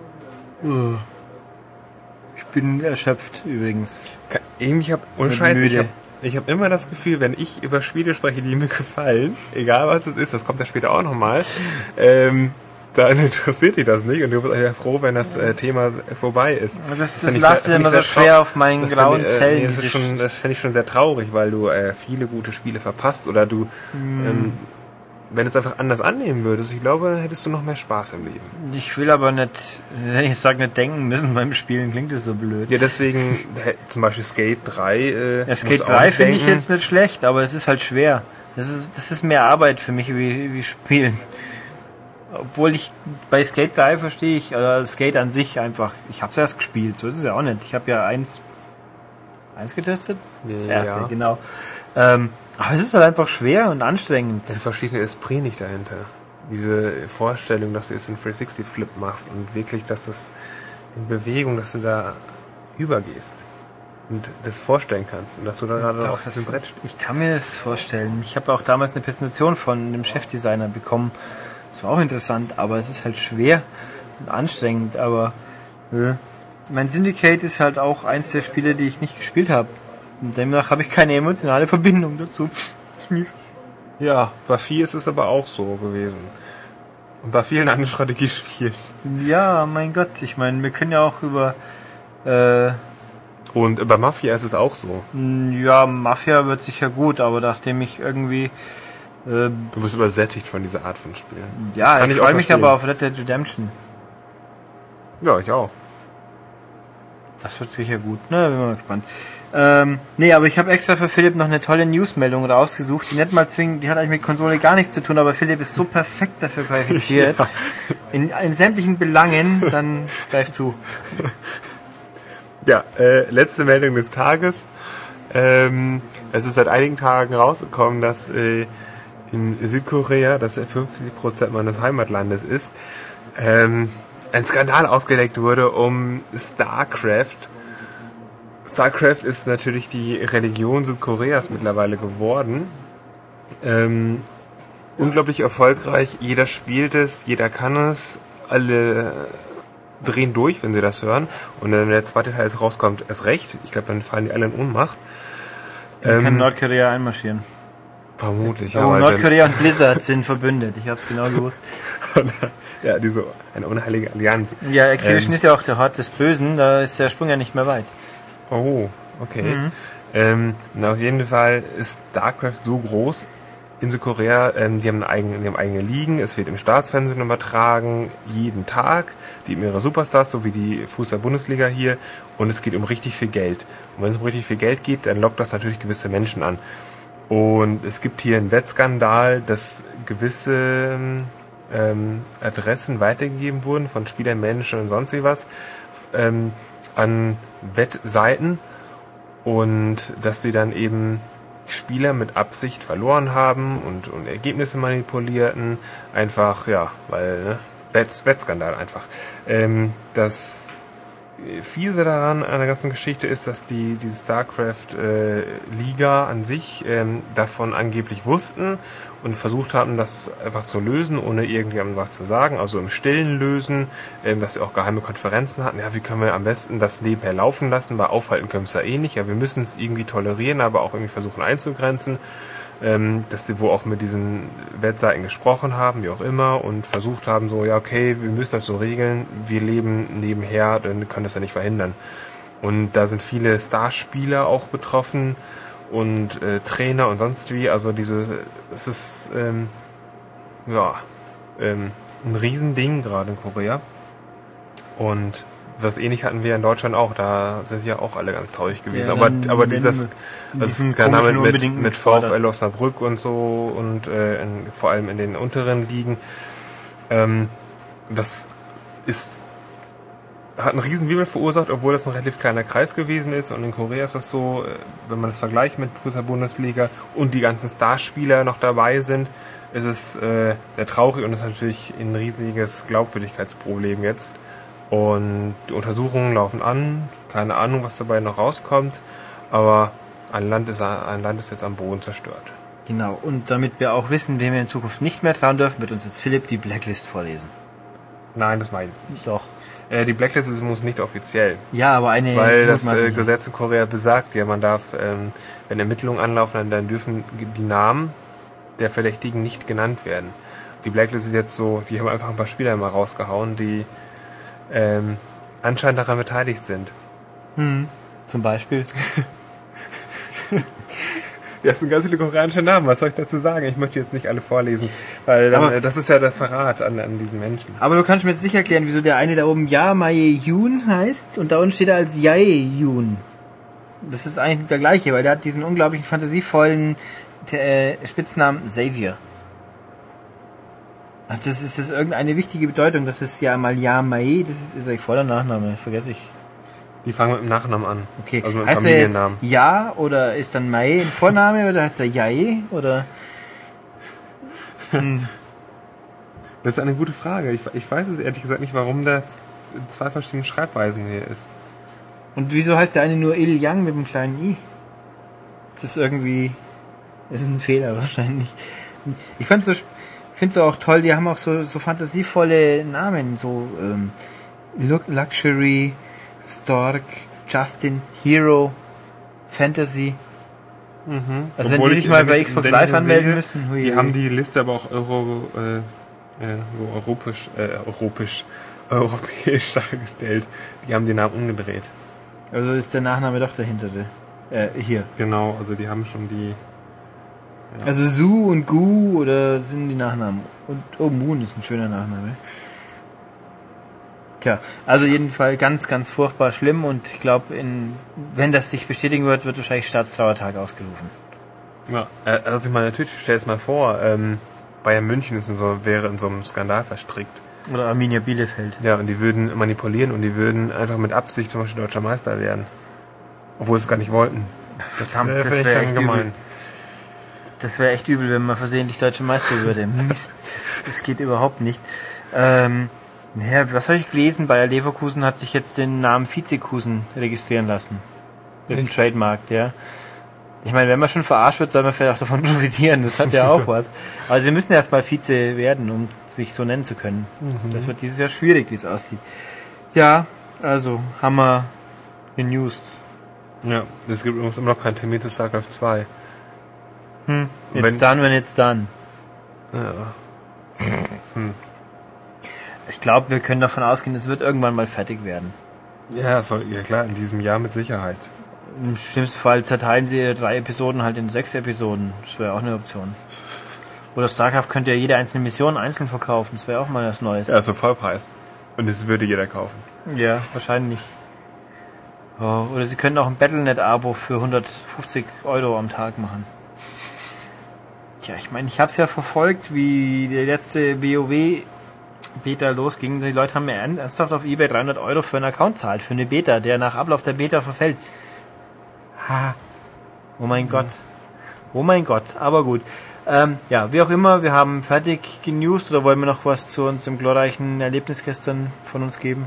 Ich bin erschöpft übrigens. Ich habe immer das Gefühl, wenn ich über Spiele spreche, die mir gefallen, egal was es ist, das kommt ja später auch nochmal, dann interessiert dich das nicht und du bist ja froh, wenn das Thema vorbei ist. Das lasst ihr immer so schwer auf meinen grauen Zellen. Das finde ich schon sehr traurig, weil du viele gute Spiele verpasst oder du, wenn du es einfach anders annehmen würdest, ich glaube, dann hättest du noch mehr Spaß im Leben. Ich will aber nicht, wenn ich sage, nicht denken müssen beim Spielen, klingt das so blöd. Ja, deswegen zum Beispiel Skate 3. Skate 3 finde ich jetzt nicht schlecht, aber es ist halt schwer. Das ist mehr Arbeit für mich wie Spielen. Obwohl ich bei Skate 3 verstehe ich, Skate an sich einfach, ich habe es erst gespielt, so ist es ja auch nicht. Ich habe ja eins getestet? Das erste, genau. Aber es ist halt einfach schwer und anstrengend. Du verstehst den Esprit nicht dahinter. Diese Vorstellung, dass du jetzt einen 360-Flip machst und wirklich, dass das in Bewegung, dass du da übergehst. und das vorstellen kannst und dass du da gerade auf diesem Brett stehst. Ich kann mir das vorstellen. Ich habe auch damals eine Präsentation von einem Chefdesigner bekommen. Das war auch interessant, aber es ist halt schwer und anstrengend. Aber mein Syndicate ist halt auch eins der Spiele, die ich nicht gespielt habe. Und demnach habe ich keine emotionale Verbindung dazu. Ja, bei 4 ist es aber auch so gewesen. Und bei vielen anderen Strategiespielen. Ja, mein Gott. Ich meine, wir können ja auch über... Und bei Mafia ist es auch so. Ja, Mafia wird sicher gut, aber nachdem ich irgendwie... Du bist übersättigt von dieser Art von Spielen. Ja, ich freue mich aber auf Red Dead Redemption. Ja, ich auch. Das wird sicher gut, ne? Bin mal gespannt. Nee, aber ich habe extra für Philipp noch eine tolle Newsmeldung rausgesucht, die nicht mal zwingend, die hat eigentlich mit Konsole gar nichts zu tun, aber Philipp ist so perfekt dafür qualifiziert. Ja. In sämtlichen Belangen, dann greif zu. Ja, letzte Meldung des Tages. Es ist seit einigen Tagen rausgekommen, dass in Südkorea, das 50% meines Heimatlandes ist, ein Skandal aufgedeckt wurde um StarCraft. StarCraft ist natürlich die Religion Südkoreas mittlerweile geworden. Unglaublich erfolgreich. Jeder spielt es, jeder kann es. Alle drehen durch, wenn sie das hören. Und wenn der zweite Teil jetzt rauskommt, erst recht. Ich glaube, dann fallen die alle in Ohnmacht. Kann Nordkorea einmarschieren. Vermutlich, ja. Nordkorea und Blizzard sind verbündet. Ich habe es genau gewusst. Ja, eine unheilige Allianz. Ja, Activision ist ja auch der Hort des Bösen. Da ist der Sprung ja nicht mehr weit. Oh, okay. Na, auf jeden Fall ist StarCraft so groß in Südkorea, die haben eigene Ligen, es wird im Staatsfernsehen übertragen, jeden Tag, die haben ihre Superstars, so wie die Fußball-Bundesliga hier, und es geht um richtig viel Geld. Und wenn es um richtig viel Geld geht, dann lockt das natürlich gewisse Menschen an. Und es gibt hier einen Wettskandal, dass gewisse Adressen weitergegeben wurden von Spielern, Managern und sonst wie was, an Wettseiten, und dass sie dann eben Spieler mit Absicht verloren haben und Ergebnisse manipulierten, einfach, ja, weil, Wettskandal einfach. Das Fiese daran an der ganzen Geschichte ist, dass die StarCraft Liga an sich davon angeblich wussten und versucht haben, das einfach zu lösen, ohne irgendjemandem was zu sagen, also im Stillen lösen, dass sie auch geheime Konferenzen hatten. Ja, wie können wir am besten das nebenher laufen lassen, weil aufhalten können wir es ja eh nicht. Ja, wir müssen es irgendwie tolerieren, aber auch irgendwie versuchen einzugrenzen. Dass sie wohl auch mit diesen Webseiten gesprochen haben, wie auch immer, und versucht haben, so, ja, okay, wir müssen das so regeln, wir leben nebenher, dann können das ja nicht verhindern. Und da sind viele Starspieler auch betroffen und Trainer und sonst wie, also es ist ein Riesending gerade in Korea. Und was ähnlich hatten wir in Deutschland auch, da sind ja auch alle ganz traurig gewesen. Ja, aber dieses Skandal mit VfL Osnabrück und so und vor allem in den unteren Ligen, das hat einen riesen Wirbel verursacht, obwohl das ein relativ kleiner Kreis gewesen ist. Und in Korea ist das so, wenn man das vergleicht mit Fußball-Bundesliga und die ganzen Starspieler noch dabei sind, ist es sehr traurig und ist natürlich ein riesiges Glaubwürdigkeitsproblem jetzt. Und die Untersuchungen laufen an, keine Ahnung, was dabei noch rauskommt, aber ein Land ist jetzt am Boden zerstört. Genau, und damit wir auch wissen, wem wir in Zukunft nicht mehr trauen dürfen, wird uns jetzt Philipp die Blacklist vorlesen. Nein, das mache ich jetzt nicht. Doch. Die Blacklist muss nicht offiziell. Ja, aber weil das Gesetz in Korea besagt, ja, man darf, wenn Ermittlungen anlaufen, dann dürfen die Namen der Verdächtigen nicht genannt werden. Die Blacklist ist jetzt so, die haben einfach ein paar Spieler mal rausgehauen, die anscheinend daran beteiligt sind. Zum Beispiel. Das sind ganz viele koreanische Namen, was soll ich dazu sagen? Ich möchte jetzt nicht alle vorlesen, weil dann, das ist ja der Verrat an diesen Menschen. Aber du kannst mir jetzt sicher erklären, wieso der eine da oben Ja Mae-yoon heißt und da unten steht er als Jae-yoon. Das ist eigentlich der gleiche, weil der hat diesen unglaublichen fantasievollen Spitznamen Xavier. Ach, das ist irgendeine wichtige Bedeutung. Das ist ja mal Ja Mae, das ist eigentlich voller Nachname, vergesse ich. Die fangen mit dem Nachnamen an. Okay. Also mit heißt er jetzt Ja oder ist dann Mae ein Vorname oder heißt er Jae oder? Das ist eine gute Frage. Ich weiß es ehrlich gesagt nicht, warum das in zwei verschiedenen Schreibweisen hier ist. Und wieso heißt der eine nur Il Yang mit dem kleinen I? Das ist irgendwie... Das ist ein Fehler wahrscheinlich. Ich finde es auch toll, die haben auch so fantasievolle Namen, so Luxury, Stork, Justin, Hero, Fantasy. Also Obwohl wenn die sich mal bei Xbox Live anmelden müssen. Die haben die Liste aber auch europäisch dargestellt. Die haben den Namen umgedreht. Also ist der Nachname doch dahinter. Hier. Genau, also die haben schon die... Ja. Also Su und Gu oder sind die Nachnamen? Und Moon ist ein schöner Nachname. Tja, also jedenfalls ganz, ganz furchtbar schlimm und ich glaube, wenn das sich bestätigen wird wahrscheinlich Staatstrauertag ausgerufen. Ja, also ich meine, natürlich, stell es mal vor, Bayern München wäre in so einem Skandal verstrickt. Oder Arminia Bielefeld. Ja, und die würden manipulieren und die würden einfach mit Absicht zum Beispiel deutscher Meister werden. Obwohl sie es gar nicht wollten. Das wäre echt dann gemein. Das wäre echt übel, wenn man versehentlich deutscher Meister würde. Mist, das geht überhaupt nicht. Was habe ich gelesen? Bayer Leverkusen hat sich jetzt den Namen Vizekusen registrieren lassen. Mit dem Trademark, ja. Ich meine, wenn man schon verarscht wird, soll man vielleicht auch davon profitieren. Das hat ja auch was. Aber sie müssen erst mal Vize werden, um sich so nennen zu können. Das wird dieses Jahr schwierig, wie es aussieht. Ja, also haben wir genewst. Ja, es gibt übrigens immer noch keinen Termin zu StarCraft 2. Jetzt dann. Ja. Ich glaube, wir können davon ausgehen, es wird irgendwann mal fertig werden. Ja, klar, in diesem Jahr mit Sicherheit. Im schlimmsten Fall zerteilen sie ihre 3 Episoden halt in 6 Episoden. Das wäre auch eine Option. Oder StarCraft könnte ja jede einzelne Mission einzeln verkaufen. Das wäre auch mal was Neues. Ja, also Vollpreis. Und es würde jeder kaufen. Ja, wahrscheinlich. Oh, oder sie können auch ein Battle.net-Abo für 150 € am Tag machen. Ja, ich meine, ich habe es ja verfolgt, wie die letzte WoW-Beta losging. Die Leute haben mir ernsthaft auf eBay 300 € für einen Account zahlt, für eine Beta, der nach Ablauf der Beta verfällt. Ha. Oh mein Gott. Oh mein Gott, aber gut. Ja, wie auch immer, wir haben fertig genewst, oder wollen wir noch was zu unserem glorreichen Erlebnis gestern von uns geben?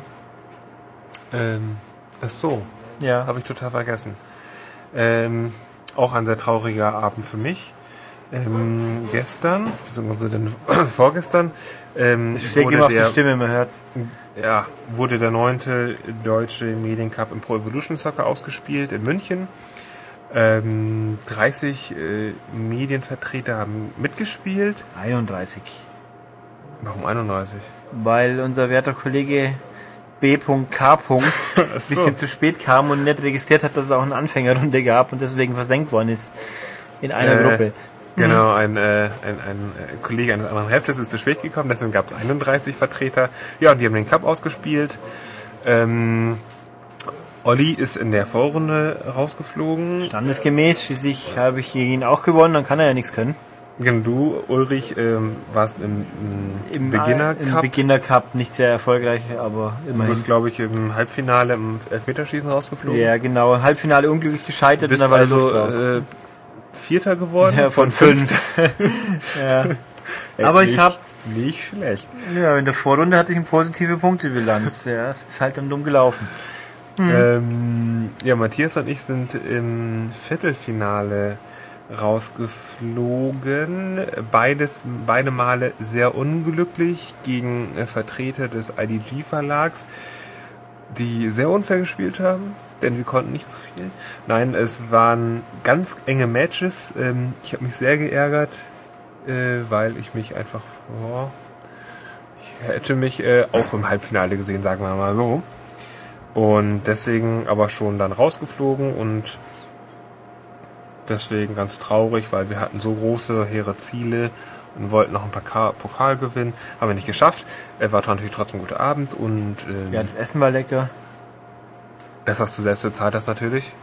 Ach so. Ja. Habe ich total vergessen. Auch ein sehr trauriger Abend für mich. Gestern, beziehungsweise denn vorgestern, es schlägt immer auf die Stimme, man hört's. Ja, wurde der 9. Deutsche Mediencup im Pro Evolution Soccer ausgespielt in München. 30 Medienvertreter haben mitgespielt. 31. Warum 31? Weil unser werter Kollege B.K. ein bisschen zu spät kam und nicht registriert hat, dass es auch eine Anfängerrunde gab und deswegen versenkt worden ist in einer Gruppe. Genau, ein Kollege eines anderen Heftes ist zu spät gekommen, deswegen gab es 31 Vertreter. Ja, und die haben den Cup ausgespielt. Olli ist in der Vorrunde rausgeflogen. Standesgemäß, schließlich habe ich gegen ihn auch gewonnen, dann kann er ja nichts können. Genau, du, Ulrich, warst im Beginner Cup. Im Beginner Cup nicht sehr erfolgreich, aber immerhin. Du bist, glaube ich, im Halbfinale im Elfmeterschießen rausgeflogen. Ja, genau. Im Halbfinale unglücklich gescheitert. Du bist also Vierter geworden? Ja, von 5. Ja. Aber ich habe... Nicht schlecht. Ja, in der Vorrunde hatte ich eine positive Punktebilanz. Ja, es ist halt dann dumm gelaufen. Ja, Matthias und ich sind im Viertelfinale rausgeflogen. Beide Male sehr unglücklich gegen Vertreter des IDG-Verlags, die sehr unfair gespielt haben, denn sie konnten nicht so viel. Nein, es waren ganz enge Matches. Ich habe mich sehr geärgert, weil ich mich einfach... ich hätte mich auch im Halbfinale gesehen, sagen wir mal so. Und deswegen aber schon dann rausgeflogen und deswegen ganz traurig, weil wir hatten so große, hehre Ziele und wollten noch ein Pokal gewinnen. Haben wir nicht geschafft. War natürlich trotzdem ein guter Abend und... ja, das Essen war lecker. Das hast du selbst bezahlt, das natürlich.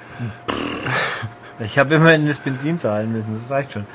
Ich habe immerhin das Benzin zahlen müssen, das reicht schon.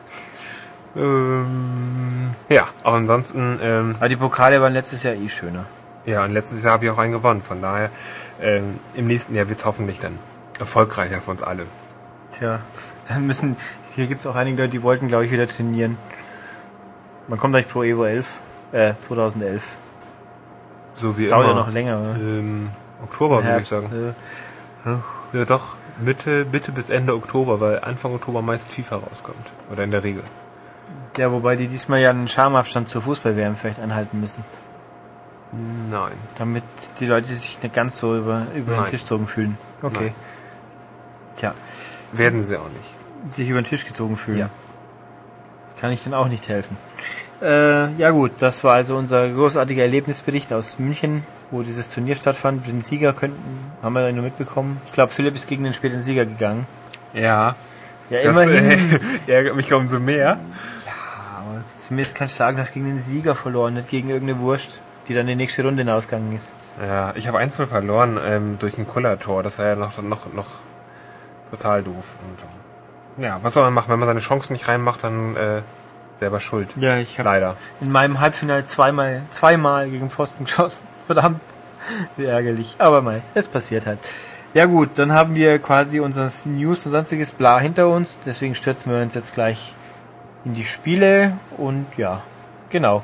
Ja, aber ansonsten... aber die Pokale waren letztes Jahr eh schöner. Ja, und letztes Jahr habe ich auch einen gewonnen. Von daher, im nächsten Jahr wird es hoffentlich dann erfolgreicher für uns alle. Tja, dann hier gibt es auch einige Leute, die wollten, glaube ich, wieder trainieren. Man kommt gleich Pro Evo 2011. So wie das dauert immer. ja noch länger, oder? Oktober, würde ich sagen. Ja, doch, Mitte bis Ende Oktober, weil Anfang Oktober meist FIFA rauskommt. Oder in der Regel. Ja, wobei die diesmal ja einen Schamabstand zur Fußball-WM vielleicht einhalten müssen. Nein. Damit die Leute sich nicht ganz so über den Tisch gezogen fühlen. Okay. Nein. Tja. Werden sie auch nicht. Sich über den Tisch gezogen fühlen. Ja. Kann ich denn auch nicht helfen. Ja gut, das war also unser großartiger Erlebnisbericht aus München, wo dieses Turnier stattfand. Den Sieger haben wir nur mitbekommen. Ich glaube, Philipp ist gegen den späteren Sieger gegangen. Ja. Ja, immerhin. Ärgert mich umso mehr. Ja, aber zumindest kann ich sagen, dass ich gegen den Sieger verloren, nicht gegen irgendeine Wurst, die dann die nächste Runde hinausgegangen ist. Ja, ich habe 1-0 verloren durch ein Kullertor. Das war ja noch total doof. Und, ja, was soll man machen? Wenn man seine Chancen nicht reinmacht, dann selber schuld. Ja, ich habe leider in meinem Halbfinale zweimal gegen Pfosten geschossen. Verdammt, wie ärgerlich. Aber mei, es passiert halt. Ja gut, dann haben wir quasi unser News und sonstiges Bla hinter uns. Deswegen stürzen wir uns jetzt gleich in die Spiele und ja, genau.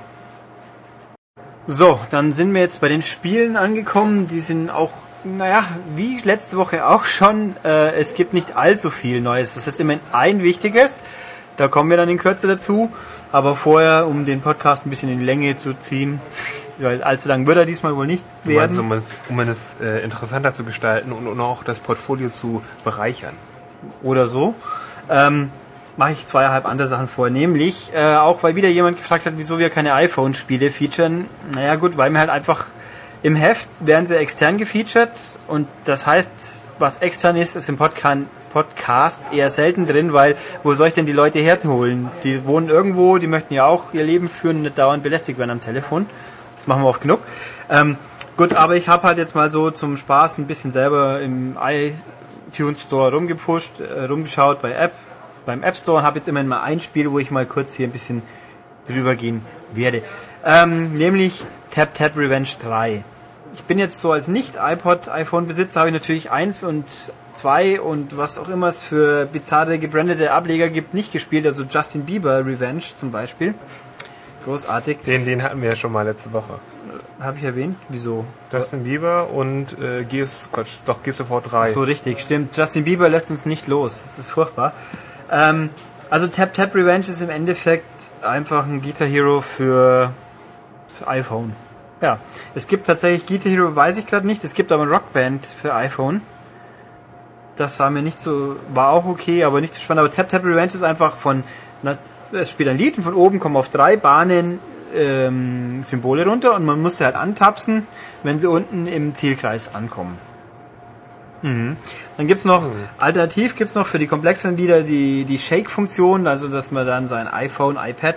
So, dann sind wir jetzt bei den Spielen angekommen. Die sind auch, naja, wie letzte Woche auch schon. Es gibt nicht allzu viel Neues. Das heißt immerhin ein wichtiges. Da kommen wir dann in Kürze dazu. Aber vorher, um den Podcast ein bisschen in die Länge zu ziehen, weil allzu lang wird er diesmal wohl nicht werden. Also, um es interessanter zu gestalten und auch das Portfolio zu bereichern. Oder so. Mache ich 2,5 andere Sachen vor. Nämlich, auch weil wieder jemand gefragt hat, wieso wir keine iPhone-Spiele featuren. Naja gut, weil wir halt einfach im Heft werden sie extern gefeatured. Und das heißt, was extern ist im Podcast eher selten drin, weil wo soll ich denn die Leute herholen? Die wohnen irgendwo, die möchten ja auch ihr Leben führen und nicht dauernd belästigt werden am Telefon. Das machen wir oft genug. Gut, aber ich habe halt jetzt mal so zum Spaß ein bisschen selber im iTunes Store rumgeschaut beim App Store und habe jetzt immerhin mal ein Spiel, wo ich mal kurz hier ein bisschen drüber gehen werde. Nämlich Tap Tap Revenge 3. Ich bin jetzt so als Nicht-iPhone-Besitzer, habe ich natürlich 1 und 2 und was auch immer es für bizarre gebrandete Ableger gibt, nicht gespielt. Also Justin Bieber Revenge zum Beispiel. Großartig. Den hatten wir ja schon mal letzte Woche. Habe ich erwähnt? Wieso? Justin Bieber und Gears of War 3. So richtig, stimmt. Justin Bieber lässt uns nicht los. Das ist furchtbar. Also Tap Tap Revenge ist im Endeffekt einfach ein Guitar Hero für iPhone. Ja, es gibt tatsächlich Guitar Hero, weiß ich gerade nicht. Es gibt aber ein Rockband für iPhone. Das war auch okay, aber nicht so spannend. Aber Tap Tap Revenge ist einfach es spielt ein Lied und von oben kommen auf 3 Bahnen Symbole runter und man muss sie halt antapsen, wenn sie unten im Zielkreis ankommen. Mhm. Dann gibt's noch, alternativ gibt's noch für die komplexeren Lieder die Shake-Funktion, also dass man dann sein iPhone, iPod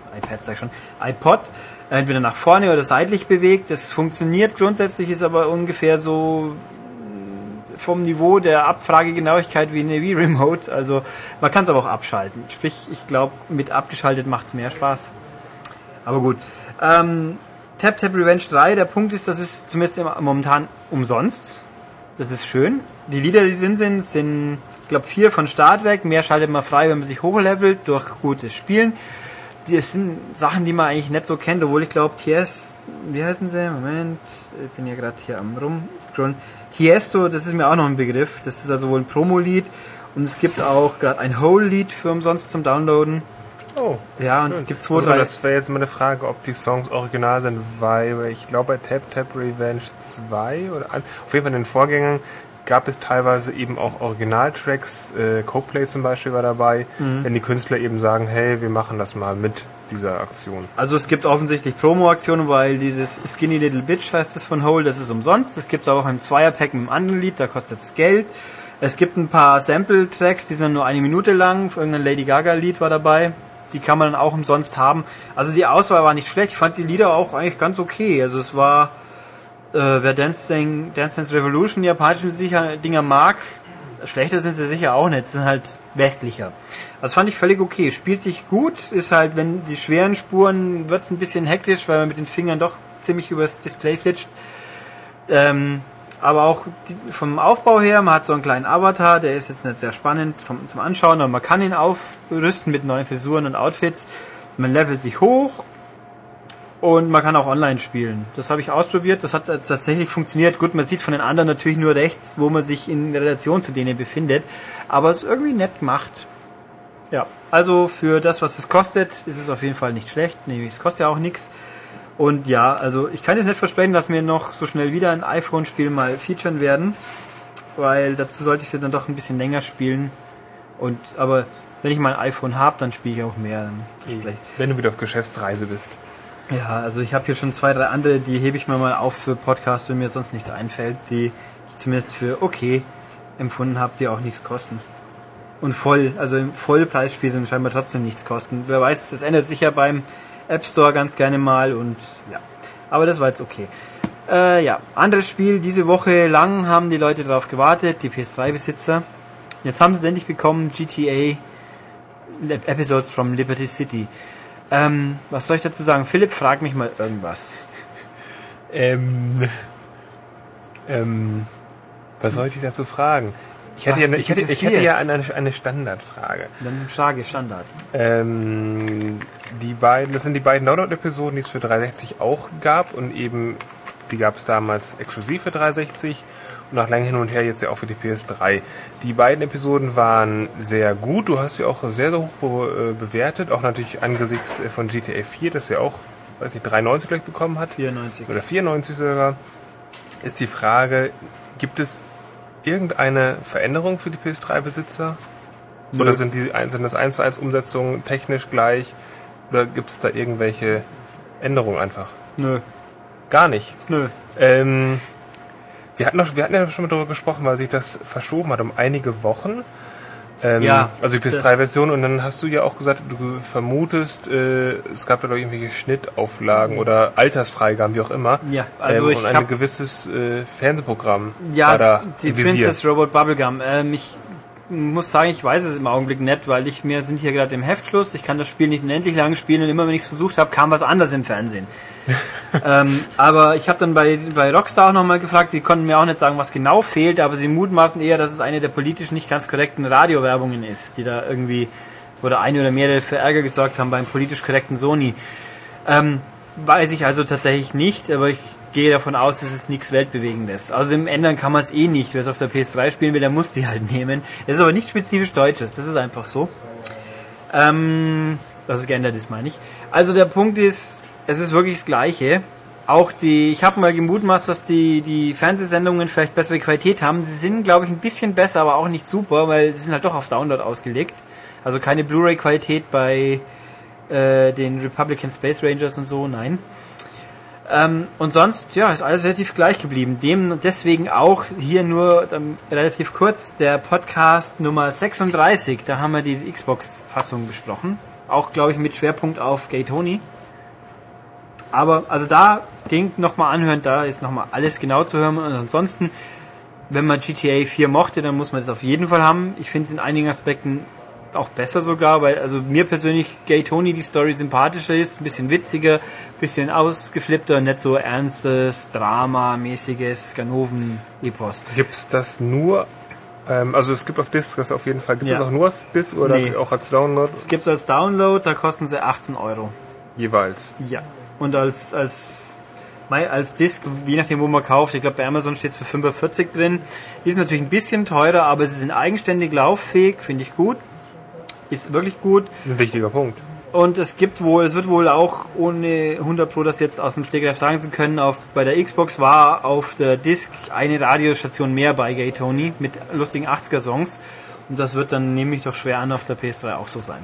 entweder nach vorne oder seitlich bewegt. Das funktioniert grundsätzlich, ist aber ungefähr so vom Niveau der Abfragegenauigkeit wie eine Wii-Remote. Also man kann es aber auch abschalten. Sprich, ich glaube, mit abgeschaltet macht es mehr Spaß. Aber gut. Tap Tap Revenge 3, der Punkt ist, das ist zumindest momentan umsonst. Das ist schön. Die Lieder, die drin sind, ich glaube, 4 von Start weg. Mehr schaltet man frei, wenn man sich hochlevelt durch gutes Spielen. Das sind Sachen, die man eigentlich nicht so kennt, obwohl ich glaube, wie heißen sie? Moment, ich bin ja gerade hier am rumscrollen. Tiesto, das ist mir auch noch ein Begriff. Das ist also wohl ein Promo-Lied. Und es gibt auch gerade ein Whole-Lied für umsonst zum Downloaden. Oh. Ja, und schön. Es gibt 2, 3. Das wäre jetzt mal eine Frage, ob die Songs original sind, weil ich glaube, bei Tap Tap Revenge 2 oder auf jeden Fall in den Vorgängern gab es teilweise eben auch Originaltracks. Coldplay zum Beispiel war dabei, wenn die Künstler eben sagen, hey, wir machen das mal mit dieser Aktion. Also es gibt offensichtlich Promo-Aktionen, weil dieses Skinny Little Bitch heißt das von Hole, das ist umsonst. Es gibt es auch im Zweierpack mit einem anderen Lied, da kostet es Geld. Es gibt ein paar Sample-Tracks, die sind nur 1 Minute lang, irgendein Lady Gaga-Lied war dabei. Die kann man dann auch umsonst haben. Also die Auswahl war nicht schlecht, ich fand die Lieder auch eigentlich ganz okay. Also es war, wer Dance Dance Revolution, die japanischen Dinger mag, schlechter sind sie sicher auch nicht, sie sind halt westlicher. Das fand ich völlig okay. Spielt sich gut, ist halt, wenn die schweren Spuren, wird's ein bisschen hektisch, weil man mit den Fingern doch ziemlich übers Display flitscht. Aber auch vom Aufbau her, man hat so einen kleinen Avatar, der ist jetzt nicht sehr spannend zum Anschauen, aber man kann ihn aufrüsten mit neuen Frisuren und Outfits. Man levelt sich hoch Und man kann auch online spielen. Das habe ich ausprobiert, das hat tatsächlich funktioniert. Gut, man sieht von den anderen natürlich nur rechts, wo man sich in Relation zu denen befindet, aber es ist irgendwie nett gemacht. Ja, also für das, was es kostet, ist es auf jeden Fall nicht schlecht. Nee, es kostet ja auch nichts. Und ja, also ich kann jetzt nicht versprechen, dass wir noch so schnell wieder ein iPhone-Spiel mal featuren werden, weil dazu sollte ich sie dann doch ein bisschen länger spielen. Aber wenn ich mal ein iPhone habe, dann spiele ich auch mehr. Wenn du wieder auf Geschäftsreise bist. Ja, also ich habe hier schon 2, 3 andere, die hebe ich mir mal auf für Podcasts, wenn mir sonst nichts einfällt, die ich zumindest für okay empfunden habe, die auch nichts kosten. Und im Vollpreisspiel sind scheinbar trotzdem nichts kosten. Wer weiß, das ändert sich ja beim App Store ganz gerne mal und ja. Aber das war jetzt okay. Ja, anderes Spiel, diese Woche lang haben die Leute darauf gewartet, die PS3-Besitzer. Jetzt haben sie es endlich bekommen, GTA Episodes from Liberty City. Was soll ich dazu sagen? Philipp, frag mich mal irgendwas. Was soll ich dazu fragen? Ich hätte ja eine Standardfrage. Dann Frage, Standard. Das sind die beiden Download-Episoden, die es für 360 auch gab und eben, die gab es damals exklusiv für 360 und nach langem Hin und her jetzt ja auch für die PS3. Die beiden Episoden waren sehr gut, du hast sie auch sehr, sehr hoch bewertet, auch natürlich angesichts von GTA 4, das ja auch, 93 gleich bekommen hat. 94. Oder 94 sogar. Ist die Frage, gibt es irgendeine Veränderung für die PS3-Besitzer? Oder sind das 1:1 Umsetzungen technisch gleich? Oder gibt es da irgendwelche Änderungen einfach? Nö. Gar nicht? Nö. Wir hatten ja schon mal darüber gesprochen, weil sich das verschoben hat um einige Wochen. Ja. Also die PS3-Version. Und dann hast du ja auch gesagt, du vermutest, es gab da doch irgendwelche Schnittauflagen oder Altersfreigaben, wie auch immer. Ja, also und ein gewisses Fernsehprogramm ja, war da die Princess Robot Bubblegum. Ich muss sagen, ich weiß es im Augenblick nicht, weil wir sind hier gerade im Heftfluss. Ich kann das Spiel nicht unendlich lange spielen und immer wenn ich es versucht habe, kam was anderes im Fernsehen. Aber ich habe dann bei Rockstar auch nochmal gefragt, die konnten mir auch nicht sagen, was genau fehlt, aber sie mutmaßen eher, dass es eine der politisch nicht ganz korrekten Radiowerbungen ist, die da irgendwie, oder eine oder mehrere für Ärger gesorgt haben beim politisch korrekten Sony. Weiß ich also tatsächlich nicht, aber ich gehe davon aus, es ist nichts Weltbewegendes. Außerdem ändern kann man es eh nicht. Wer es auf der PS3 spielen will, der muss die halt nehmen. Es ist aber nicht spezifisch Deutsches, das ist einfach so. Dass es geändert ist, meine ich. Also der Punkt ist, es ist wirklich das Gleiche. Auch ich habe mal gemutmaßt, dass die Fernsehsendungen vielleicht bessere Qualität haben. Sie sind, glaube ich, ein bisschen besser, aber auch nicht super, weil sie sind halt doch auf Download ausgelegt. Also keine Blu-ray-Qualität bei den Republican Space Rangers und so, nein. Und sonst, ja, ist alles relativ gleich geblieben. Deswegen auch hier nur relativ kurz der Podcast Nummer 36. Da haben wir die Xbox-Fassung besprochen. Auch, glaube ich, mit Schwerpunkt auf Gay Tony. Aber, also da, nochmal anhören, da ist nochmal alles genau zu hören. Und ansonsten, wenn man GTA 4 mochte, dann muss man das auf jeden Fall haben. Ich finde es in einigen Aspekten auch besser sogar, weil also mir persönlich Gay Tony die Story sympathischer ist, ein bisschen witziger, ein bisschen ausgeflippter, nicht so ernstes, Drama-mäßiges Ganoven-Epos. Gibt's das nur, also es gibt auf Disc das auf jeden Fall, gibt es auch nur als Disc oder auch als Download? Es gibt es als Download, da kosten sie 18 Euro. Jeweils? Ja. Und als Disc, je nachdem wo man kauft, ich glaube bei Amazon steht es für 45 drin, ist natürlich ein bisschen teurer, aber sie sind eigenständig lauffähig, finde ich gut. Ist wirklich gut. Ein wichtiger Punkt. Und es wird wohl auch, ohne 100 Pro das jetzt aus dem Stegreif sagen zu können, bei der Xbox war auf der Disc eine Radiostation mehr bei Gay Tony mit lustigen 80er-Songs. Und das wird dann, nehme ich doch schwer an, auf der PS3 auch so sein.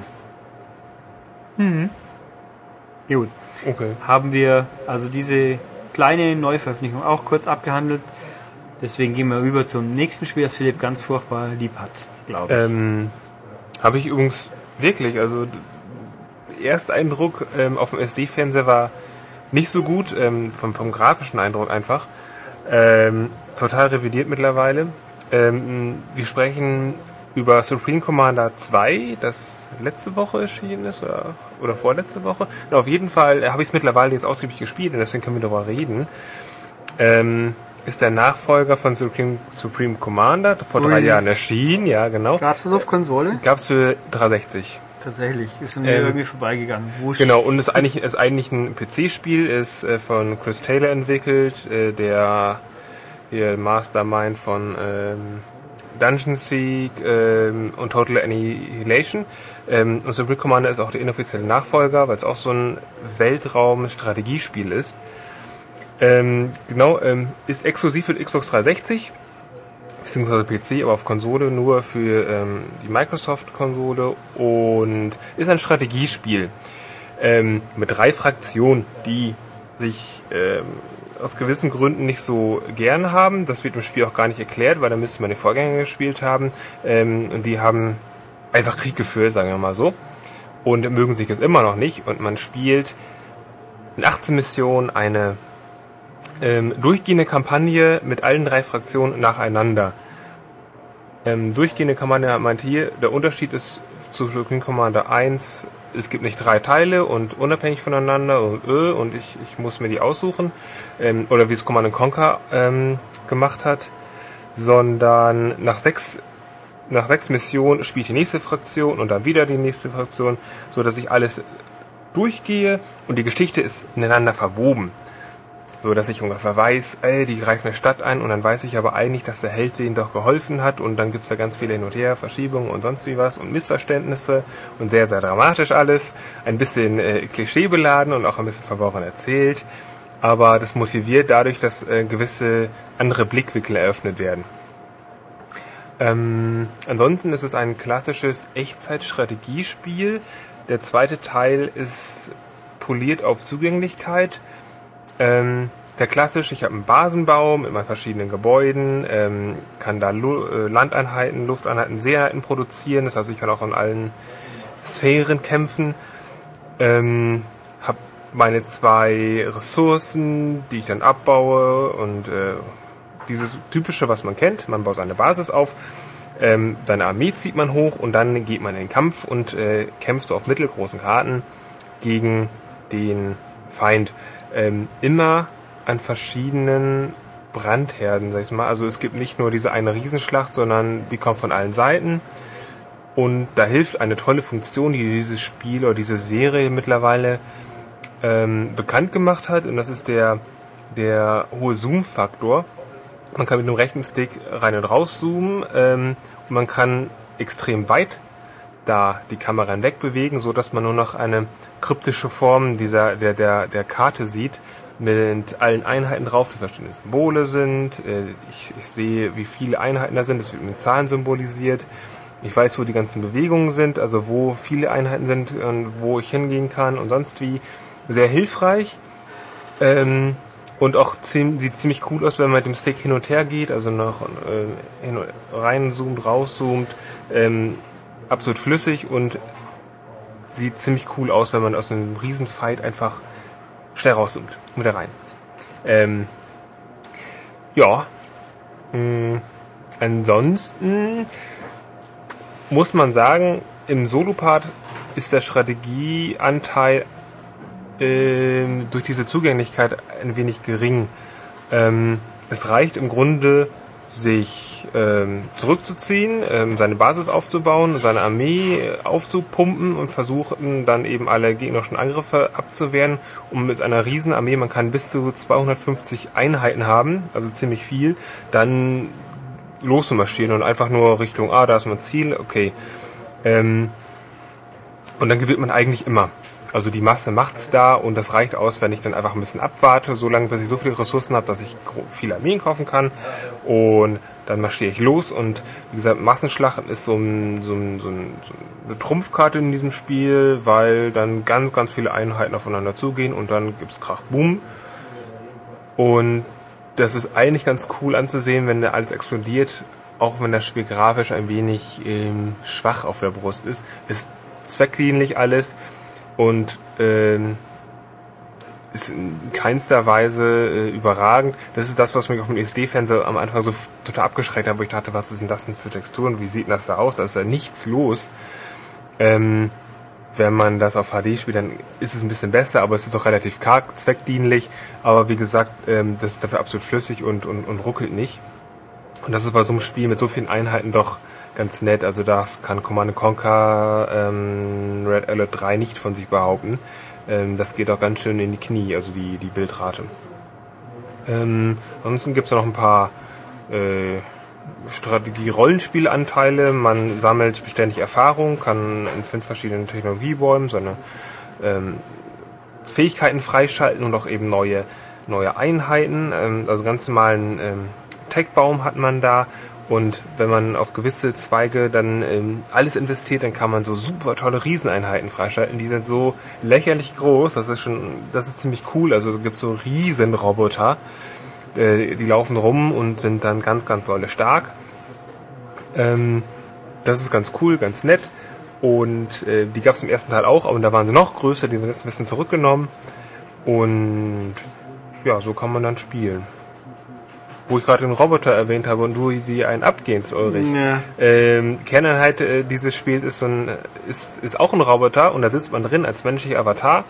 Gut. Okay. Haben wir also diese kleine Neuveröffentlichung auch kurz abgehandelt. Deswegen gehen wir über zum nächsten Spiel, das Philipp ganz furchtbar lieb hat, glaube ich. Habe ich übrigens wirklich, also Ersteindruck auf dem SD-Fernseher war nicht so gut, vom grafischen Eindruck einfach. Total revidiert mittlerweile. Wir sprechen über Supreme Commander 2, das letzte Woche erschienen ist oder vorletzte Woche. Na, auf jeden Fall habe ich es mittlerweile jetzt ausgiebig gespielt und deswegen können wir darüber reden. Ist der Nachfolger von Supreme Commander, vor 3 Jahren erschienen, ja genau. Gab es das auf Konsole? Gab es für 360. Tatsächlich, ist mir irgendwie vorbeigegangen. Wusch. Genau, und ist eigentlich ein PC-Spiel, ist von Chris Taylor entwickelt, der Mastermind von Dungeon Siege und Total Annihilation. Und Supreme Commander ist auch der inoffizielle Nachfolger, weil es auch so ein Weltraum-Strategiespiel ist. Ist exklusiv für Xbox 360 beziehungsweise PC, aber auf Konsole nur für die Microsoft-Konsole und ist ein Strategiespiel mit 3 Fraktionen, die sich aus gewissen Gründen nicht so gern haben. Das wird im Spiel auch gar nicht erklärt, weil da müsste man die Vorgänger gespielt haben. Und die haben einfach Krieg geführt, sagen wir mal so. Und mögen sich jetzt immer noch nicht. Und man spielt in 18 Missionen eine durchgehende Kampagne mit allen 3 Fraktionen nacheinander. Durchgehende Kampagne meint hier, der Unterschied ist zu Supreme Commander 1, es gibt nicht 3 Teile und unabhängig voneinander und ich muss mir die aussuchen, oder wie es Command & Conquer gemacht hat, sondern nach 6 Missionen spielt die nächste Fraktion und dann wieder die nächste Fraktion, so dass ich alles durchgehe und die Geschichte ist ineinander verwoben. So dass ich ungefähr weiß, die greifen eine Stadt ein und dann weiß ich aber eigentlich, dass der Held denen doch geholfen hat und dann gibt's da ganz viele Hin und Her, Verschiebungen und sonst wie was und Missverständnisse und sehr, sehr dramatisch alles. Ein bisschen klischeebeladen und auch ein bisschen verworren erzählt, aber das motiviert dadurch, dass gewisse andere Blickwinkel eröffnet werden. Ansonsten ist es ein klassisches Echtzeit-Strategiespiel. Der zweite Teil ist poliert auf Zugänglichkeit. Der klassisch, ich habe einen Basenbau mit meinen verschiedenen Gebäuden, kann da Landeinheiten, Lufteinheiten, Seeeinheiten produzieren, das heißt, ich kann auch in allen Sphären kämpfen, habe meine 2 Ressourcen, die ich dann abbaue und dieses Typische, was man kennt, man baut seine Basis auf, seine Armee zieht man hoch und dann geht man in den Kampf und kämpft so auf mittelgroßen Karten gegen den Feind. Immer an verschiedenen Brandherden, sag ich mal. Also es gibt nicht nur diese eine Riesenschlacht, sondern die kommt von allen Seiten. Und da hilft eine tolle Funktion, die dieses Spiel oder diese Serie mittlerweile bekannt gemacht hat. Und das ist der hohe Zoom-Faktor. Man kann mit dem rechten Stick rein und raus zoomen. Und man kann extrem weit da die Kamera hinweg bewegen, so dass man nur noch eine kryptische Form der Karte sieht, mit allen Einheiten drauf, die verschiedene Symbole sind. Ich sehe, wie viele Einheiten da sind, das wird mit Zahlen symbolisiert. Ich weiß, wo die ganzen Bewegungen sind, also wo viele Einheiten sind und wo ich hingehen kann und sonst wie. Sehr hilfreich. Und auch sieht ziemlich cool aus, wenn man mit dem Stick hin und her geht, also noch reinzoomt, rauszoomt. Absolut flüssig und sieht ziemlich cool aus, wenn man aus einem Riesenfight einfach schnell rauszoomt. Wieder rein. Ansonsten muss man sagen, im Solo-Part ist der Strategieanteil durch diese Zugänglichkeit ein wenig gering. Es reicht im Grunde, sich zurückzuziehen, seine Basis aufzubauen, seine Armee aufzupumpen und versuchen dann eben alle gegnerischen Angriffe abzuwehren. Und mit einer riesen Armee, man kann bis zu 250 Einheiten haben, also ziemlich viel, dann loszumarschieren und einfach nur Richtung, da ist mein Ziel, okay. Und dann gewinnt man eigentlich immer. Also die Masse macht's da und das reicht aus, wenn ich dann einfach ein bisschen abwarte, solange bis ich so viele Ressourcen habe, dass ich viele Armeen kaufen kann und dann marschiere ich los und wie gesagt, Massenschlachten ist so eine Trumpfkarte in diesem Spiel, weil dann ganz, ganz viele Einheiten aufeinander zugehen und dann gibt's Krach, Boom und das ist eigentlich ganz cool anzusehen, wenn da alles explodiert, auch wenn das Spiel grafisch ein wenig schwach auf der Brust ist. Ist zweckdienlich alles. Und ist in keinster Weise überragend. Das ist das, was mich auf dem SD-Fernseher am Anfang so total abgeschreckt hat, wo ich dachte, was ist denn das denn für Texturen? Wie sieht denn das da aus? Da ist ja nichts los. Wenn man das auf HD spielt, dann ist es ein bisschen besser, aber es ist auch relativ karg, zweckdienlich. Aber wie gesagt, das ist dafür absolut flüssig und ruckelt nicht. Und das ist bei so einem Spiel mit so vielen Einheiten doch ganz nett. Also das kann Command & Conquer Red Alert 3 nicht von sich behaupten. Das geht auch ganz schön in die Knie, also die Bildrate. Ansonsten gibt es noch ein paar Strategie-Rollenspielanteile. Man sammelt beständig Erfahrung, kann in 5 verschiedenen Technologiebäumen seine Fähigkeiten freischalten und auch eben neue Einheiten. Also ganz normalen Tech-Baum hat man da. Und wenn man auf gewisse Zweige dann alles investiert, dann kann man so super tolle Rieseneinheiten freischalten. Die sind so lächerlich groß, das ist ziemlich cool. Also es gibt so Riesenroboter, die laufen rum und sind dann ganz, ganz dolle stark. Das ist ganz cool, ganz nett. Und die gab es im ersten Teil auch, aber da waren sie noch größer, die sind jetzt ein bisschen zurückgenommen. Und ja, so kann man dann spielen. Wo ich gerade den Roboter erwähnt habe und du die einen abgehst, Ulrich. Ja. Kerneinheit dieses Spiels ist auch ein Roboter und da sitzt man drin als menschlicher Avatar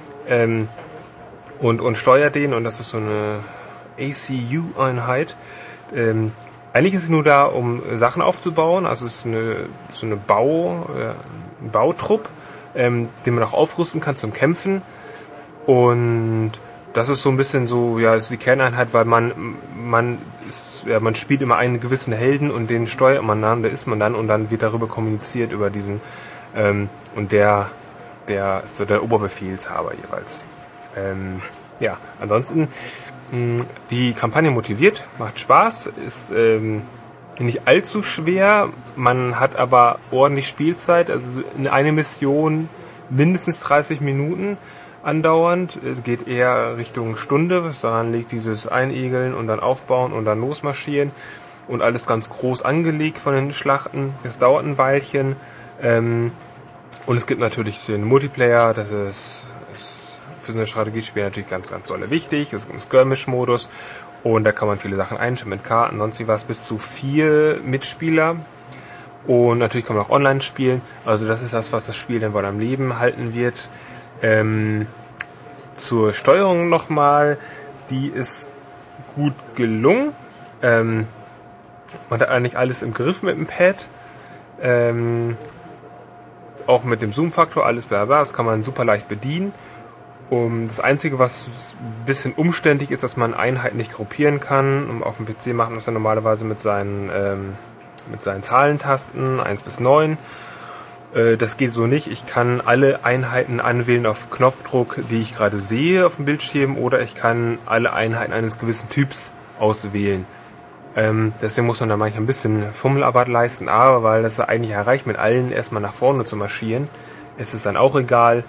und steuert den und das ist so eine ACU-Einheit. Eigentlich ist es nur da, um Sachen aufzubauen, also es ist ein Bautrupp, den man auch aufrüsten kann zum Kämpfen und das ist so ein bisschen so, ja, ist die Kerneinheit, weil man spielt immer einen gewissen Helden und den steuert man dann, der ist man dann und dann wird darüber kommuniziert über diesen und der ist so der Oberbefehlshaber jeweils. Ja, ansonsten die Kampagne motiviert, macht Spaß, ist nicht allzu schwer, man hat aber ordentlich Spielzeit, also in eine Mission mindestens 30 Minuten andauernd. Es geht eher Richtung Stunde, was daran liegt, dieses Einigeln und dann aufbauen und dann losmarschieren und alles ganz groß angelegt von den Schlachten. Das dauert ein Weilchen. Und es gibt natürlich den Multiplayer, das ist für so ein Strategiespiel natürlich ganz, ganz dolle wichtig. Es gibt einen Skirmish-Modus und da kann man viele Sachen einstellen mit Karten, sonst wie was, bis zu 4 Mitspieler. Und natürlich kann man auch online spielen. Also das ist das, was das Spiel dann wohl am Leben halten wird. Zur Steuerung nochmal, die ist gut gelungen. Man hat eigentlich alles im Griff mit dem Pad. Auch mit dem Zoom-Faktor, alles bla bla, das kann man super leicht bedienen. Das Einzige, was ein bisschen umständlich ist, dass man Einheiten nicht gruppieren kann. Auf dem PC macht man das ja normalerweise mit seinen Zahlentasten 1 bis 9. Das geht so nicht. Ich kann alle Einheiten anwählen auf Knopfdruck, die ich gerade sehe auf dem Bildschirm, oder ich kann alle Einheiten eines gewissen Typs auswählen. Deswegen muss man da manchmal ein bisschen Fummelarbeit leisten, aber weil das ja eigentlich erreicht, mit allen erstmal nach vorne zu marschieren, ist es dann auch egal.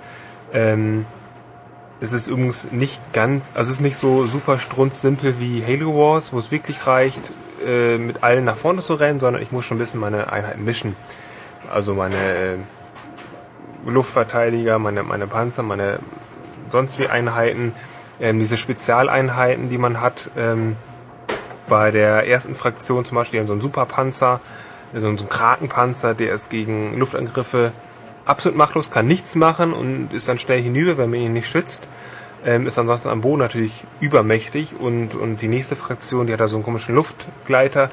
Es ist übrigens nicht ganz, also es ist nicht so super strunzsimpel wie Halo Wars, wo es wirklich reicht, mit allen nach vorne zu rennen, sondern ich muss schon ein bisschen meine Einheiten mischen. Also meine Luftverteidiger, meine Panzer, meine sonst wie Einheiten, diese Spezialeinheiten, die man hat. Bei der ersten Fraktion zum Beispiel so einen Superpanzer, so einen Krakenpanzer, der ist gegen Luftangriffe absolut machtlos, kann nichts machen und ist dann schnell hinüber, wenn man ihn nicht schützt. Ist ansonsten am Boden natürlich übermächtig und die nächste Fraktion, die hat da so einen komischen Luftgleiter,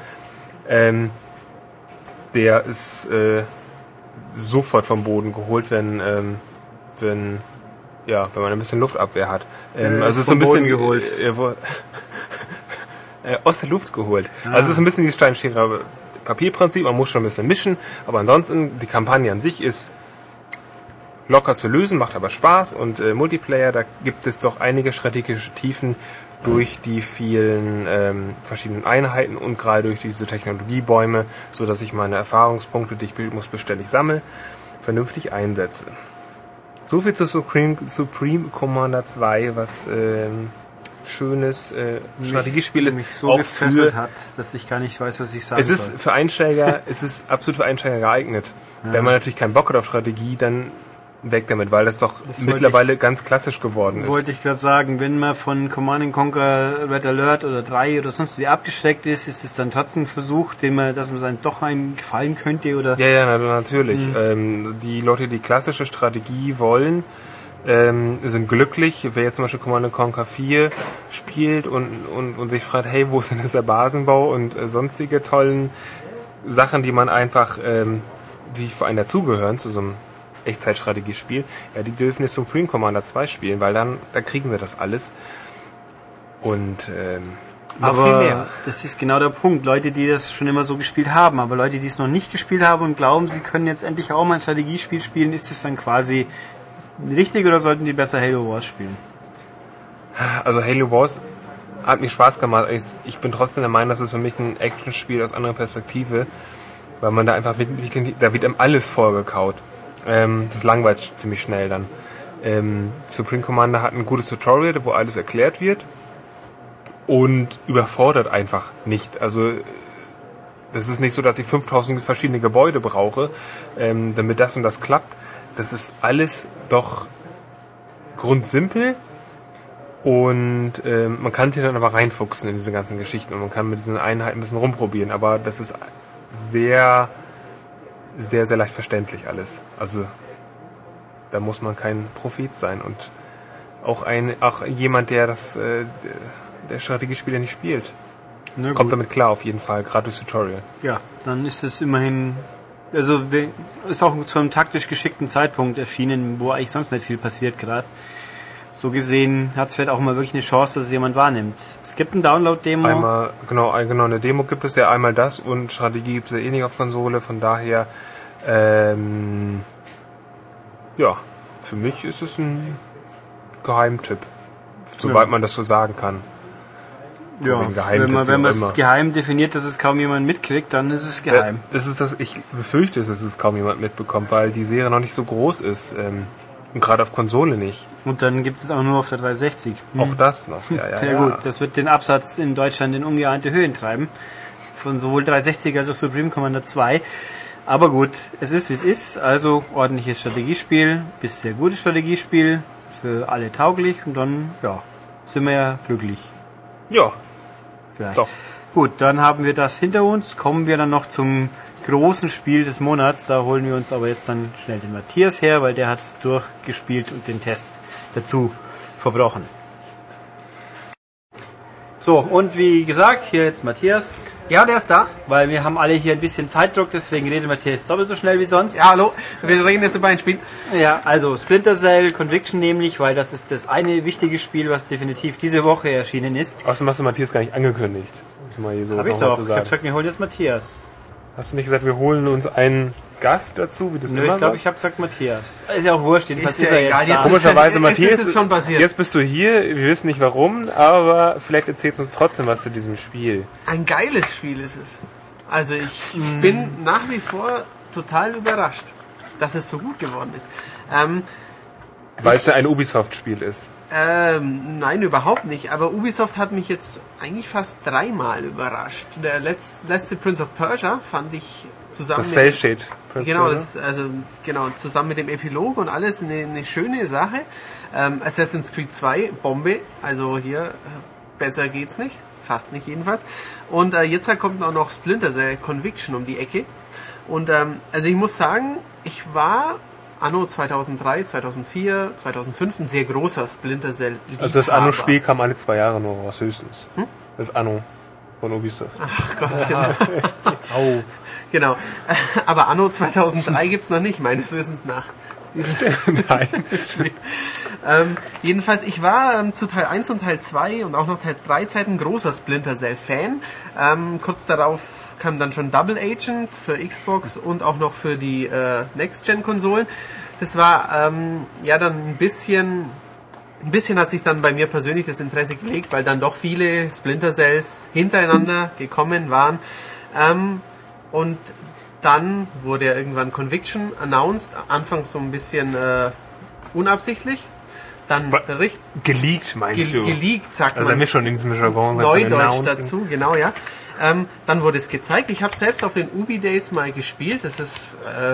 der ist sofort vom Boden geholt, wenn man ein bisschen Luftabwehr hat. Also so ein bisschen geholt. Aus der Luft geholt. Ah. Also es ist ein bisschen dieses Stein-Schere-Papier-Prinzip, man muss schon ein bisschen mischen, aber ansonsten die Kampagne an sich ist locker zu lösen, macht aber Spaß und Multiplayer, da gibt es doch einige strategische Tiefen durch die vielen verschiedenen Einheiten und gerade durch diese Technologiebäume, so dass ich meine Erfahrungspunkte, die ich beständig sammle, vernünftig einsetze. So viel zu Supreme Commander 2, was schönes Strategiespiel ist. Mich so gefesselt hat, dass ich gar nicht weiß, was ich sagen soll. Es ist absolut für Einsteiger geeignet. Ja. Wenn man natürlich keinen Bock hat auf Strategie, dann weg damit, weil das mittlerweile ganz klassisch geworden ist. Wollte ich gerade sagen, wenn man von Command & Conquer Red Alert oder 3 oder sonst wie abgeschreckt ist es dann trotzdem ein Versuch, dass man doch einem gefallen könnte? Oder? Ja, natürlich. Die Leute, die klassische Strategie wollen, sind glücklich. Wer jetzt zum Beispiel Command & Conquer 4 spielt und sich fragt, hey, wo ist denn dieser Basenbau und sonstige tollen Sachen, die man einfach, die für einen dazugehören, zu so einem Echtzeitstrategiespiel, ja, die dürfen jetzt Supreme Commander 2 spielen, weil dann kriegen sie das alles. Und noch viel mehr. Das ist genau der Punkt. Leute, die das schon immer so gespielt haben, aber Leute, die es noch nicht gespielt haben und glauben, sie können jetzt endlich auch mal ein Strategiespiel spielen, ist das dann quasi richtig oder sollten die besser Halo Wars spielen? Also Halo Wars hat mir Spaß gemacht. Ich bin trotzdem der Meinung, dass es für mich ein Actionspiel aus anderer Perspektive, weil man da einfach wirklich, da wird einem alles vorgekaut. Das langweilt ziemlich schnell dann. Supreme Commander hat ein gutes Tutorial, wo alles erklärt wird und überfordert einfach nicht. Also das ist nicht so, dass ich 5000 verschiedene Gebäude brauche, damit das und das klappt. Das ist alles doch grundsimpel und man kann sich dann aber reinfuchsen in diese ganzen Geschichten und man kann mit diesen Einheiten ein bisschen rumprobieren, aber das ist sehr, sehr, sehr leicht verständlich alles. Also da muss man kein Prophet sein und auch jemand, der der Strategiespiele nicht spielt, kommt damit klar auf jeden Fall, gerade durchs Tutorial. Ja, dann ist es immerhin, also ist auch zu einem taktisch geschickten Zeitpunkt erschienen, wo eigentlich sonst nicht viel passiert gerade. So gesehen hat es vielleicht auch mal wirklich eine Chance, dass es jemand wahrnimmt. Es gibt ein Download-Demo. Einmal, genau, eine Demo gibt es ja, einmal das und Strategie gibt es ja eh nicht auf Konsole, von daher ja, für mich ist es ein Geheimtipp, soweit man das so sagen kann. Ja, wenn man es geheim definiert, dass es kaum jemand mitkriegt, dann ist es geheim. Ich befürchte, dass es kaum jemand mitbekommt, weil die Serie noch nicht so groß ist. Und gerade auf Konsole nicht. Und dann gibt es auch nur auf der 360. Auch das noch, ja. Sehr gut, das wird den Absatz in Deutschland in ungeahnte Höhen treiben. Von sowohl 360 als auch Supreme Commander 2. Aber gut, es ist wie es ist. Also ordentliches Strategiespiel, bis sehr gutes Strategiespiel, für alle tauglich und dann, ja, sind wir ja glücklich. Ja. Vielleicht. Doch. Gut, dann haben wir das hinter uns. Kommen wir dann noch zum großen Spiel des Monats. Da holen wir uns aber jetzt dann schnell den Matthias her, weil der hat es durchgespielt und den Test dazu verbrochen. So, und wie gesagt, hier jetzt Matthias. Ja, der ist da. Weil wir haben alle hier ein bisschen Zeitdruck, deswegen redet Matthias doppelt so schnell wie sonst. Ja, hallo. Wir reden jetzt über ein Spiel. Ja, also Splinter Cell Conviction nämlich, weil das ist das eine wichtige Spiel, was definitiv diese Woche erschienen ist. Außerdem hast du Matthias gar nicht angekündigt. Hab ich doch. Ich hab gesagt, wir holen jetzt Matthias. Hast du nicht gesagt, wir holen uns einen Gast dazu, wie das immer ich glaube, ich habe gesagt Matthias. Ist ja auch wurscht, jedenfalls ist er jetzt da. Komischerweise, Matthias, jetzt ist es schon passiert. Jetzt bist du hier, wir wissen nicht warum, aber vielleicht erzählst du uns trotzdem was zu diesem Spiel. Ein geiles Spiel ist es. Also ich bin nach wie vor total überrascht, dass es so gut geworden ist. Weil es ja ein Ubisoft-Spiel ist. Nein, überhaupt nicht. Aber Ubisoft hat mich jetzt eigentlich fast 3-mal überrascht. Der letzte Prince of Persia fand ich zusammen das Cell Shade. Genau, zusammen mit dem Epilog und alles eine schöne Sache. Assassin's Creed 2, Bombe. Also hier, besser geht's nicht. Fast nicht jedenfalls. Und jetzt kommt auch noch Splinter Cell Conviction um die Ecke. Und also ich muss sagen, ich war Anno 2003, 2004, 2005 ein sehr großer Splinter Cell Liebhaber. Also das Anno-Spiel kam alle 2 Jahre nur raus, höchstens. Das Anno von Ubisoft. Ach Gott, genau. Genau. Aber Anno 2003 gibt's noch nicht, meines Wissens nach. Nein. Jedenfalls, ich war zu Teil 1 und Teil 2 und auch noch Teil 3 Zeiten großer Splinter Cell Fan. Kurz darauf kam dann schon Double Agent für Xbox und auch noch für die Next-Gen-Konsolen. Das war ja dann ein bisschen hat sich dann bei mir persönlich das Interesse gelegt, weil dann doch viele Splinter Cells hintereinander gekommen waren. Und dann wurde ja irgendwann Conviction announced, anfangs so ein bisschen unabsichtlich. Dann geleakt, meinst du? Geleakt, sagt also man. Also schon in diesem Jargon. Neudeutsch dazu, genau, ja. Dann wurde es gezeigt. Ich habe selbst auf den Ubi Days mal gespielt. Das ist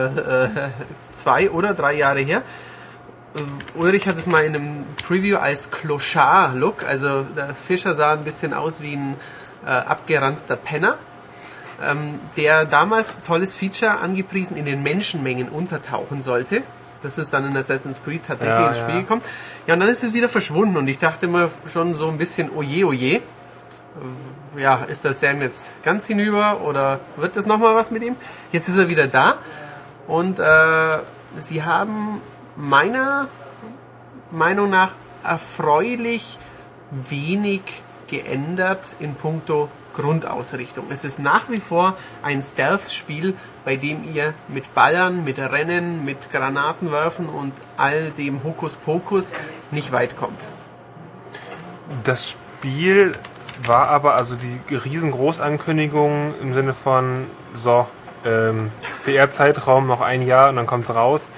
2 oder 3 Jahre her. Ulrich hat es mal in einem Preview als Clochard-Look. Also der Fischer sah ein bisschen aus wie ein abgeranzter Penner. Der damals, tolles Feature, angepriesen, in den Menschenmengen untertauchen sollte. Das ist dann in Assassin's Creed tatsächlich ins Spiel gekommen. Ja, und dann ist es wieder verschwunden und ich dachte mir schon so ein bisschen, oje, oje. ja, ist der Sam jetzt ganz hinüber oder wird das nochmal was mit ihm? Jetzt ist er wieder da und sie haben meiner Meinung nach erfreulich wenig geändert in puncto Grundausrichtung. Es ist nach wie vor ein Stealth-Spiel, bei dem ihr mit Ballern, mit Rennen, mit Granatenwerfen und all dem Hokuspokus nicht weit kommt. Das Spiel war aber also die riesengroße Ankündigung im Sinne von PR-Zeitraum noch ein Jahr und dann kommt's raus.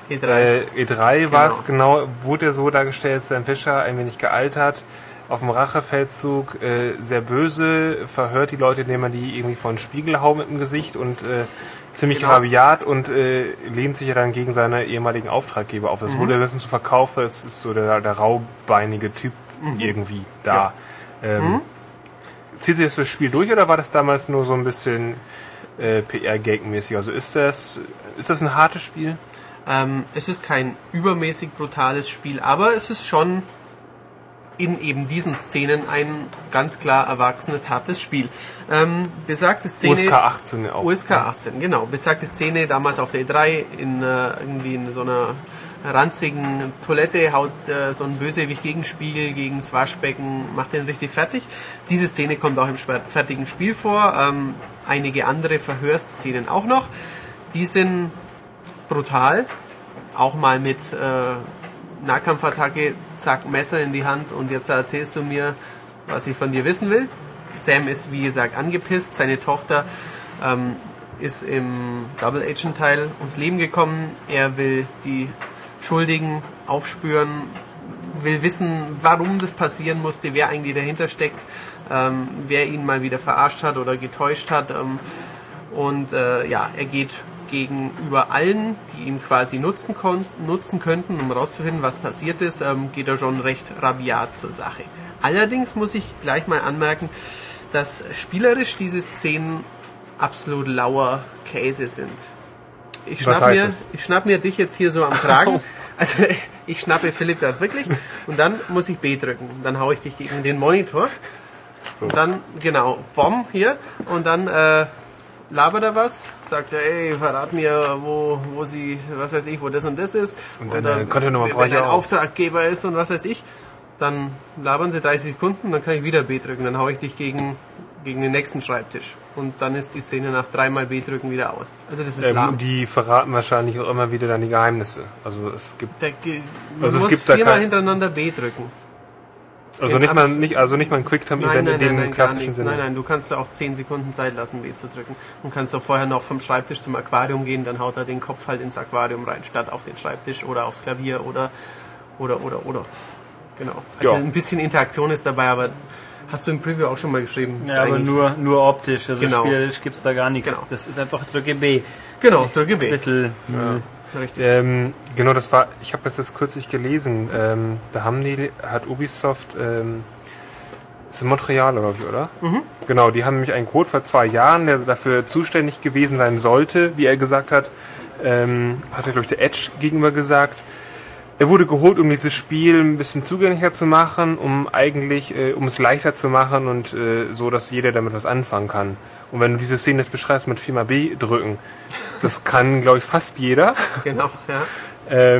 E3 war es, genau, wurde so dargestellt, Sam Fisher ein wenig gealtert, auf dem Rachefeldzug, sehr böse, verhört die Leute, indem man die irgendwie vor den Spiegel haut mit dem Gesicht und ziemlich rabiat und lehnt sich ja dann gegen seine ehemaligen Auftraggeber auf. Das wurde ein bisschen zu verkaufen, es ist so der raubeinige Typ irgendwie da. Ja. Zieht sich das Spiel durch oder war das damals nur so ein bisschen PR-Gag-mäßig? Also ist das ein hartes Spiel? Es ist kein übermäßig brutales Spiel, aber es ist schon in eben diesen Szenen ein ganz klar erwachsenes, hartes Spiel. Besagte Szene... USK 18 auch. USK 18, genau. Besagte Szene damals auf der E3 irgendwie in so einer ranzigen Toilette haut so ein Bösewicht Gegenspiegel gegen das Waschbecken, macht den richtig fertig. Diese Szene kommt auch im fertigen Spiel vor. Einige andere Verhörszenen auch noch. Die sind brutal. Auch mal mit Nahkampfattacke, zack, Messer in die Hand und jetzt erzählst du mir, was ich von dir wissen will. Sam ist, wie gesagt, angepisst. Seine Tochter ist im Double Agent Teil ums Leben gekommen. Er will die Schuldigen aufspüren, will wissen, warum das passieren musste, wer eigentlich dahinter steckt, wer ihn mal wieder verarscht hat oder getäuscht hat. Er geht gegenüber allen, die ihn quasi nutzen könnten, um rauszufinden, was passiert ist, geht er schon recht rabiat zur Sache. Allerdings muss ich gleich mal anmerken, dass spielerisch diese Szenen absolut lauer Käse sind. Ich schnapp mir dich jetzt hier so am Kragen. Also ich schnappe Philipp gerade wirklich und dann muss ich B drücken. Dann hau ich dich gegen den Monitor. So. Und dann, genau, Bomb hier und dann labert er was, sagt er, ey, verrat mir, wo sie, was weiß ich, wo das und das ist. Und dann konnte er nochmal wenn ein Auftraggeber ist und was weiß ich. Dann labern sie 30 Sekunden, dann kann ich wieder B drücken. Dann hau ich dich gegen den nächsten Schreibtisch. Und dann ist die Szene nach 3-mal B drücken wieder aus. Also das ist lahm. Die verraten wahrscheinlich auch immer wieder dann die Geheimnisse. Also es gibt... Du musst 4-mal hintereinander B drücken. Also nicht mal ein Quicktime-Event in dem klassischen Sinne? Nein, du kannst auch 10 Sekunden Zeit lassen, B zu drücken. Und kannst auch vorher noch vom Schreibtisch zum Aquarium gehen, dann haut er den Kopf halt ins Aquarium rein, statt auf den Schreibtisch oder aufs Klavier oder. Genau. Also ein bisschen Interaktion ist dabei, aber hast du im Preview auch schon mal geschrieben. Ja, aber nur optisch, also genau. Spielerisch gibt's da gar nichts. Genau. Das ist einfach drücke B. Genau, drücke B. Ein bisschen... Richtig. Genau, ich habe das kürzlich gelesen, da hat Ubisoft, das ist in Montreal, glaube ich, oder? Mhm. Genau, die haben nämlich einen Code vor 2 Jahren, der dafür zuständig gewesen sein sollte, wie er gesagt hat, hat er, glaube ich, der Edge gegenüber gesagt. Er wurde geholt, um dieses Spiel ein bisschen zugänglicher zu machen, um es leichter zu machen und so, dass jeder damit was anfangen kann. Und wenn du diese Szene jetzt beschreibst mit 4-mal B drücken, das kann, glaube ich, fast jeder. Genau, ja.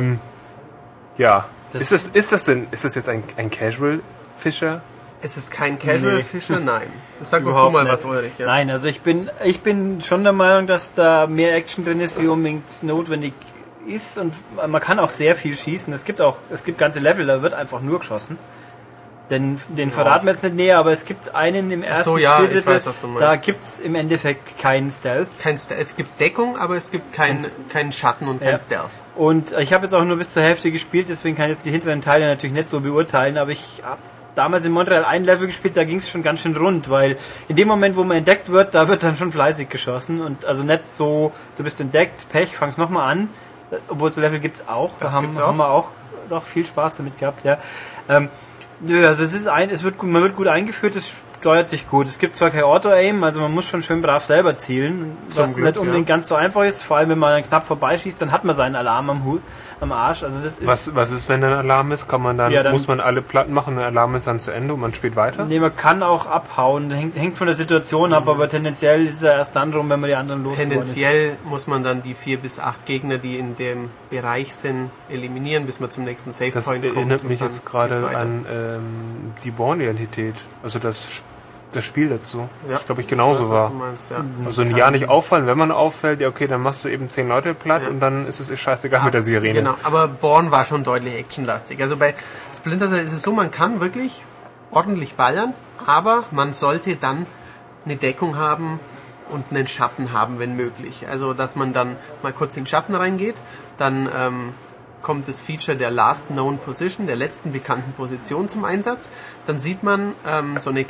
Ist das jetzt ein Casual-Fischer? Ist es kein Casual-Fischer? Nein. Sag doch Überhaupt mal nicht. was, Ulrich. Ja. Nein, also ich bin schon der Meinung, dass da mehr Action drin ist, wie unbedingt notwendig ist, und man kann auch sehr viel schießen. Es gibt ganze Level, da wird einfach nur geschossen. Den verraten wir jetzt nicht näher, aber es gibt einen im ersten Spiel, da gibt's im Endeffekt keinen Stealth. Es gibt Deckung, aber es gibt keinen Schatten und kein Stealth. Und ich habe jetzt auch nur bis zur Hälfte gespielt, deswegen kann ich jetzt die hinteren Teile natürlich nicht so beurteilen, aber ich habe damals in Montreal ein Level gespielt, da ging es schon ganz schön rund, weil in dem Moment, wo man entdeckt wird, da wird dann schon fleißig geschossen und also nicht so, du bist entdeckt, Pech, fang's nochmal an, obwohl so Level gibt's auch, haben wir auch noch viel Spaß damit gehabt, ja. Also man wird gut eingeführt, es steuert sich gut. Es gibt zwar kein Auto-Aim, also man muss schon schön brav selber zielen, was nicht unbedingt ganz so einfach ist, vor allem wenn man knapp vorbeischießt, dann hat man seinen Alarm am Arsch. Also das ist... Was ist, wenn ein Alarm ist? Kann man dann, muss man alle Platten machen, der Alarm ist dann zu Ende und man spielt weiter? Nee, man kann auch abhauen. Hängt von der Situation ab, aber tendenziell ist er erst dann drum, wenn man die anderen losgeworden ist. Tendenziell muss man dann die 4 bis 8 Gegner, die in dem Bereich sind, eliminieren, bis man zum nächsten Save Point kommt. Das erinnert mich jetzt gerade an die Born-Identität, also das Spiel dazu. Ja, das glaube ich genauso war. Meinst, ja. Also ein Jahr nicht auffallen, wenn man auffällt, ja okay, dann machst du eben 10 Leute platt und dann ist es scheißegal mit der Sirene. Genau, aber Born war schon deutlich actionlastig. Also bei Splinter Cell ist es so, man kann wirklich ordentlich ballern, aber man sollte dann eine Deckung haben und einen Schatten haben, wenn möglich. Also dass man dann mal kurz in den Schatten reingeht, dann kommt das Feature der Last Known Position, der letzten bekannten Position zum Einsatz. Dann sieht man so eine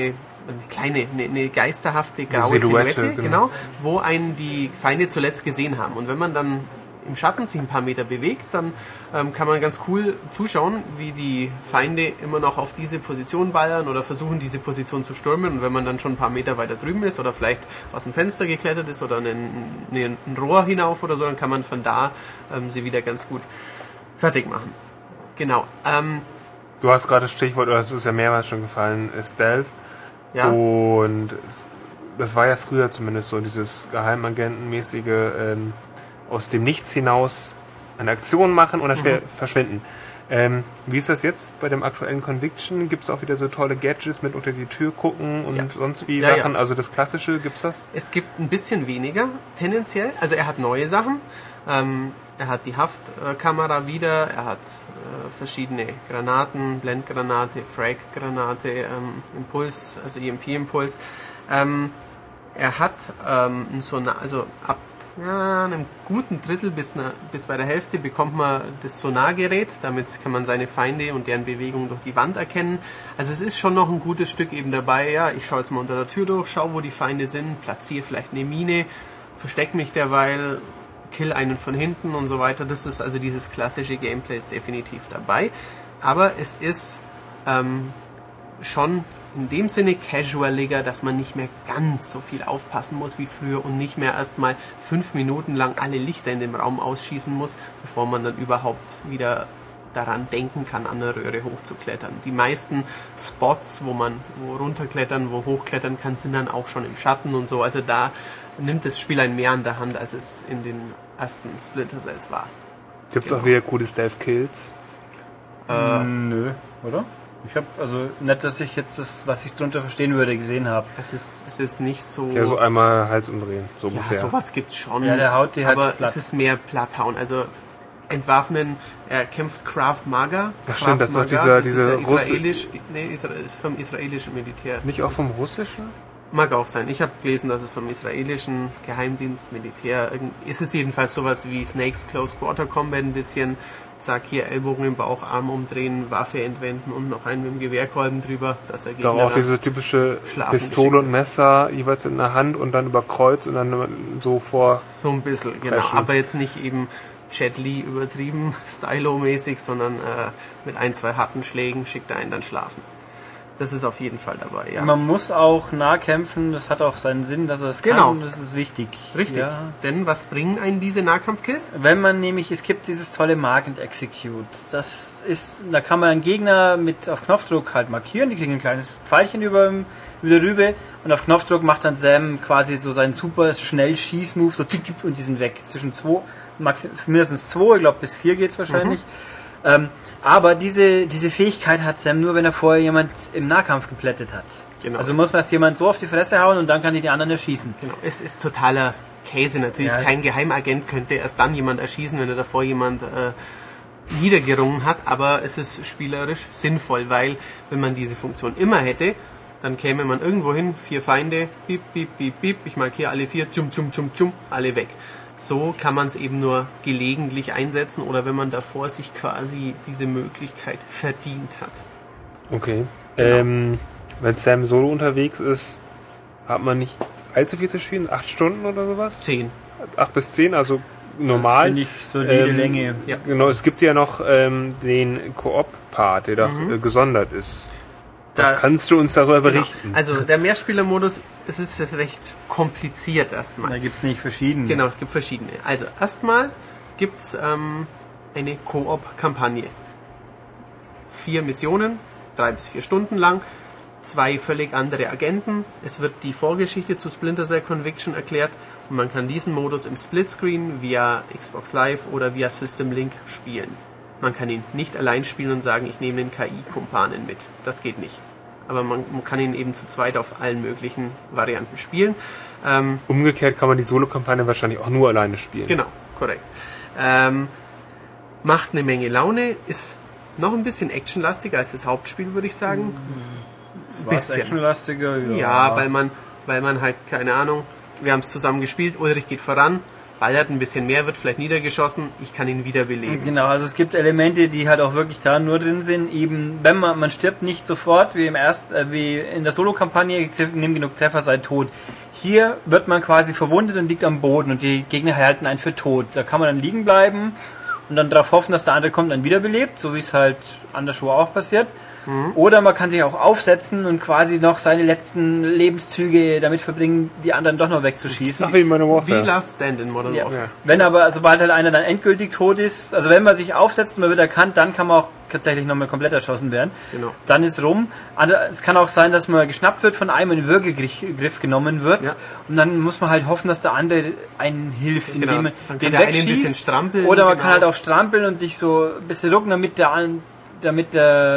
geisterhafte graue Silhouette, genau, wo einen die Feinde zuletzt gesehen haben. Und wenn man dann im Schatten sich ein paar Meter bewegt, dann kann man ganz cool zuschauen, wie die Feinde immer noch auf diese Position ballern oder versuchen, diese Position zu stürmen. Und wenn man dann schon ein paar Meter weiter drüben ist oder vielleicht aus dem Fenster geklettert ist oder ein Rohr hinauf oder so, dann kann man von da sie wieder ganz gut fertig machen. Genau. Du hast gerade das Stichwort, oder das ist ja mehrmals schon gefallen, Stealth. Ja. Und das war ja früher zumindest so, dieses Geheimagentenmäßige aus dem Nichts hinaus eine Aktion machen und dann schnell verschwinden. Wie ist das jetzt bei dem aktuellen Conviction? Gibt es auch wieder so tolle Gadgets mit unter die Tür gucken und sonst wie Sachen? Ja. Also das Klassische, gibt's das? Es gibt ein bisschen weniger, tendenziell. Also er hat neue Sachen. Er hat die Haftkamera wieder, er hat verschiedene Granaten, Blendgranate, Frag-Granate, Impuls, also EMP-Impuls. Er hat also ab einem guten Drittel bis bei der Hälfte bekommt man das Sonargerät, damit kann man seine Feinde und deren Bewegung durch die Wand erkennen. Also es ist schon noch ein gutes Stück eben dabei, ja, ich schaue jetzt mal unter der Tür durch, schaue, wo die Feinde sind, platziere vielleicht eine Mine, verstecke mich derweil, kill einen von hinten und so weiter. Das ist also dieses klassische Gameplay ist definitiv dabei. Aber es ist schon in dem Sinne casualiger, dass man nicht mehr ganz so viel aufpassen muss wie früher und nicht mehr erstmal 5 Minuten lang alle Lichter in dem Raum ausschießen muss, bevor man dann überhaupt wieder daran denken kann, an der Röhre hochzuklettern. Die meisten Spots, wo runterklettern, wo hochklettern kann, sind dann auch schon im Schatten und so. Also da nimmt das Spiel ein mehr an der Hand, als es in den ersten Splinter Cells war. Gibt's auch wieder coole Stealth-Kills? Nö, oder? Ich habe also nicht, dass ich jetzt das, was ich drunter verstehen würde, gesehen habe. Es ist jetzt nicht so... Ja, so einmal Hals umdrehen, so ungefähr. Ja, sowas gibt's schon. Ja, der haut die halt aber platt. Es ist mehr Platthauen. Also entwaffnen, er kämpft Krav Maga. Ach stimmt, das ist doch dieser israelisch... Nee, ist vom israelischen Militär. Nicht auch vom russischen? Mag auch sein. Ich habe gelesen, dass es vom israelischen Geheimdienst, Militär... Ist es jedenfalls sowas wie Snakes Close Quarter Combat ein bisschen... Sag hier Ellbogen im Bauch, Arm umdrehen, Waffe entwenden und noch einen mit dem Gewehrkolben drüber, dass der Gegner da auch diese typische Pistole und Messer jeweils in der Hand und dann über Kreuz und dann so vor... So ein bisschen, genau. Aber jetzt nicht eben Jet Li übertrieben, Stylo-mäßig, sondern mit 1, 2 harten Schlägen schickt er einen dann schlafen. Das ist auf jeden Fall dabei, ja. Man muss auch nah kämpfen, das hat auch seinen Sinn, dass er es kann, das ist wichtig. Richtig, ja. Denn was bringen einen diese Nahkampfkills? Wenn man nämlich, es gibt dieses tolle Mark and Execute, da kann man einen Gegner mit auf Knopfdruck halt markieren, die kriegen ein kleines Pfeilchen über der Rübe und auf Knopfdruck macht dann Sam quasi so seinen super schnell Schießmove, so und die sind weg. Zwischen 2, mindestens 2, ich glaube bis 4 geht's wahrscheinlich. Aber diese Fähigkeit hat Sam nur, wenn er vorher jemand im Nahkampf geplättet hat. Genau. Also muss man erst jemand so auf die Fresse hauen und dann kann die anderen erschießen. Genau. Es ist totaler Käse natürlich. Ja. Kein Geheimagent könnte erst dann jemand erschießen, wenn er davor jemand niedergerungen hat. Aber es ist spielerisch sinnvoll, weil wenn man diese Funktion immer hätte, dann käme man irgendwo hin, 4 Feinde, piep, piep, piep, piep, ich markiere alle 4, alle weg. So kann man es eben nur gelegentlich einsetzen oder wenn man davor sich quasi diese Möglichkeit verdient hat. Okay. Genau. Wenn Sam solo unterwegs ist, hat man nicht allzu viel zu spielen? 8 Stunden oder sowas? 10. 8 bis 10, also normal. Das finde ich solide Länge. Ja. Genau, es gibt ja noch den Koop-Part, der da gesondert ist. Was kannst du uns darüber berichten? Genau. Also der Mehrspielermodus, es ist recht kompliziert erstmal. Da gibt es nicht verschiedene. Genau, es gibt verschiedene. Also erstmal gibt es eine Koop-Kampagne. 4 Missionen, 3 bis 4 Stunden lang, 2 völlig andere Agenten. Es wird die Vorgeschichte zu Splinter Cell Conviction erklärt und man kann diesen Modus im Splitscreen via Xbox Live oder via System Link spielen. Man kann ihn nicht allein spielen und sagen, ich nehme den KI-Kumpanen mit. Das geht nicht. Aber man kann ihn eben zu zweit auf allen möglichen Varianten spielen. Umgekehrt kann man die Solo-Kampagne wahrscheinlich auch nur alleine spielen. Genau, korrekt. Macht eine Menge Laune, ist noch ein bisschen actionlastiger als das Hauptspiel, würde ich sagen. Ein bisschen actionlastiger, ja, weil man halt, keine Ahnung, wir haben es zusammen gespielt, Ulrich geht voran, ballert ein bisschen mehr, wird vielleicht niedergeschossen, ich kann ihn wiederbeleben. Genau, also es gibt Elemente, die halt auch wirklich da nur drin sind, eben, wenn man stirbt nicht sofort, wie wie in der Solo-Kampagne, nimm genug Treffer, sei tot. Hier wird man quasi verwundet und liegt am Boden und die Gegner halten einen für tot. Da kann man dann liegen bleiben und dann darauf hoffen, dass der andere kommt und dann wiederbelebt, so wie es halt anderswo auch passiert. Oder man kann sich auch aufsetzen und quasi noch seine letzten Lebenszüge damit verbringen, die anderen doch noch wegzuschießen. Ach, wie Modern Warfare. Wie Last Stand in Modern Warfare. Wenn aber, sobald halt einer dann endgültig tot ist, also wenn man sich aufsetzt und man wird erkannt, dann kann man auch tatsächlich nochmal komplett erschossen werden. Genau. Dann ist rum. Es kann auch sein, dass man geschnappt wird, von einem in den Würgegriff genommen wird. Ja. Und dann muss man halt hoffen, dass der andere einen hilft, genau. indem man den wegschießt. Ein bisschen strampeln. Oder man kann halt auch strampeln und sich so ein bisschen rucken, damit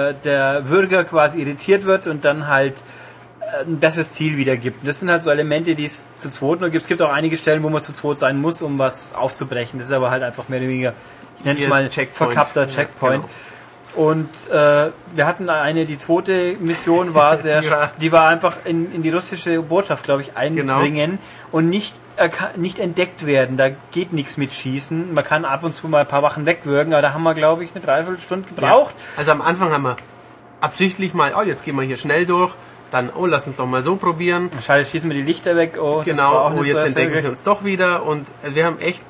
der Würger quasi irritiert wird und dann halt ein besseres Ziel wiedergibt. Und das sind halt so Elemente, die es zu zweit nur gibt. Es gibt auch einige Stellen, wo man zu zweit sein muss, um was aufzubrechen. Das ist aber halt einfach mehr oder weniger, ich nenne es mal, verkappter Checkpoint. Genau. Und wir hatten die zweite Mission war die war einfach in die russische Botschaft, glaube ich, einbringen und nicht entdeckt werden. Da geht nichts mit Schießen. Man kann ab und zu mal ein paar Wachen wegwürgen, aber da haben wir, glaube ich, eine Dreiviertelstunde gebraucht. Ja. Also am Anfang haben wir absichtlich mal, jetzt gehen wir hier schnell durch. Dann, lass uns doch mal so probieren. Schade, schießen wir die Lichter weg. Genau, jetzt entdecken sie uns doch wieder. Und wir haben echt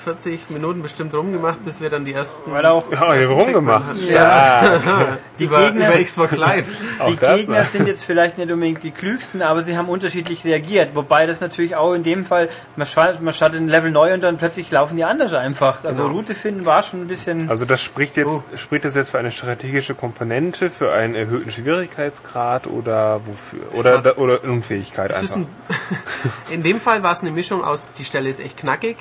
40 Minuten bestimmt rumgemacht, bis wir dann die ersten... rumgemacht. Ja. Die Gegner, über Xbox Live. Die Gegner sind jetzt vielleicht nicht unbedingt die klügsten, aber sie haben unterschiedlich reagiert. Wobei das natürlich auch in dem Fall, man startet ein Level neu und dann plötzlich laufen die anders einfach. Also Route finden war schon ein bisschen... Also das spricht das jetzt für eine strategische Komponente, für einen erhöhten Schwierigkeitsgrad oder wofür? Oder Unfähigkeit einfach. In dem Fall war es eine Mischung aus, die Stelle ist echt knackig.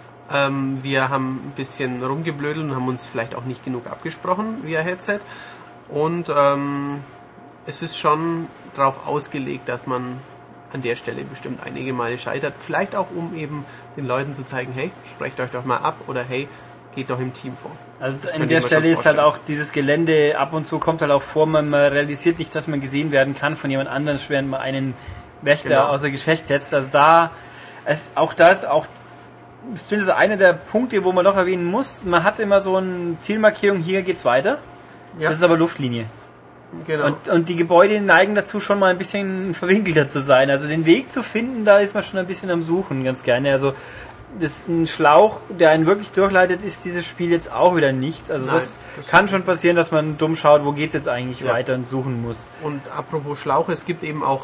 Wir haben ein bisschen rumgeblödelt und haben uns vielleicht auch nicht genug abgesprochen via Headset. Und es ist schon darauf ausgelegt, dass man an der Stelle bestimmt einige Male scheitert. Vielleicht auch, um eben den Leuten zu zeigen, hey, sprecht euch doch mal ab oder hey, geht doch im Team vor. Also an der Stelle ist halt auch dieses Gelände, ab und zu kommt halt auch vor, man realisiert nicht, dass man gesehen werden kann von jemand anderem, während man einen Wächter außer Gefecht setzt. Also das ist einer der Punkte, wo man noch erwähnen muss. Man hat immer so eine Zielmarkierung, hier geht's weiter. Ja. Das ist aber Luftlinie. Genau. Und die Gebäude neigen dazu, schon mal ein bisschen verwinkelter zu sein. Also den Weg zu finden, da ist man schon ein bisschen am Suchen, ganz gerne. Also das ist ein Schlauch, der einen wirklich durchleitet, ist dieses Spiel jetzt auch wieder nicht. Also das kann schon passieren, dass man dumm schaut, wo geht's jetzt eigentlich weiter und suchen muss. Und apropos Schlauch, es gibt eben auch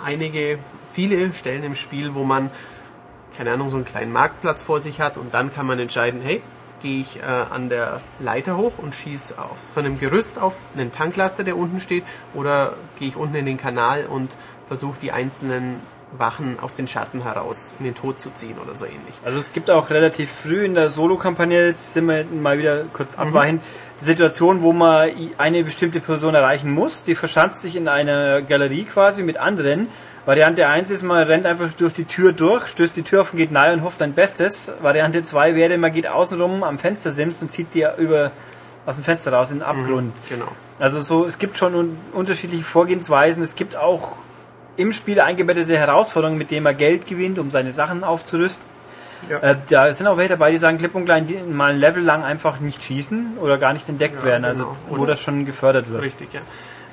viele Stellen im Spiel, wo man, keine Ahnung, so einen kleinen Marktplatz vor sich hat und dann kann man entscheiden, hey, gehe ich an der Leiter hoch und schieße von einem Gerüst auf einen Tanklaster, der unten steht, oder gehe ich unten in den Kanal und versuche die einzelnen Wachen aus den Schatten heraus in den Tod zu ziehen oder so ähnlich. Also es gibt auch relativ früh in der Solo-Kampagne, jetzt sind wir mal wieder kurz abweichend, Situation, wo man eine bestimmte Person erreichen muss, die verschanzt sich in einer Galerie quasi mit anderen. Variante 1 ist, man rennt einfach durch die Tür durch, stößt die Tür auf und geht nahe und hofft sein Bestes. Variante 2 wäre, man geht außenrum am Fenstersims und zieht die aus dem Fenster raus in den Abgrund. Genau. Also es gibt schon unterschiedliche Vorgehensweisen, es gibt auch im Spiel eingebettete Herausforderungen, mit denen man Geld gewinnt, um seine Sachen aufzurüsten. Ja. Da sind auch welche dabei, die sagen klipp und klein, die mal ein Level lang einfach nicht schießen oder gar nicht entdeckt werden, also wo das schon gefördert wird. Richtig, ja.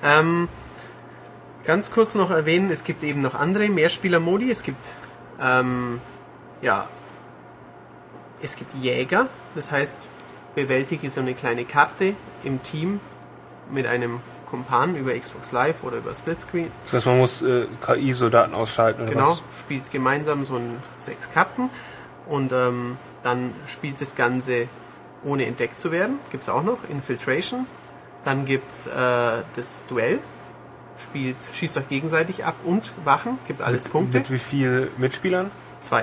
Ganz kurz noch erwähnen, es gibt eben noch andere Mehrspieler-Modi. Es gibt es gibt Jäger, das heißt, bewältige so eine kleine Karte im Team mit einem Kumpan über Xbox Live oder über Splitscreen. Das heißt, man muss KI-Soldaten ausschalten oder genau, was? Spielt gemeinsam so 6 Karten und dann spielt das Ganze ohne entdeckt zu werden. Gibt's auch noch. Infiltration. Dann gibt's das Duell. Schießt euch gegenseitig ab und Wachen. Gibt alles Punkte. Mit wie viel Mitspielern? 2.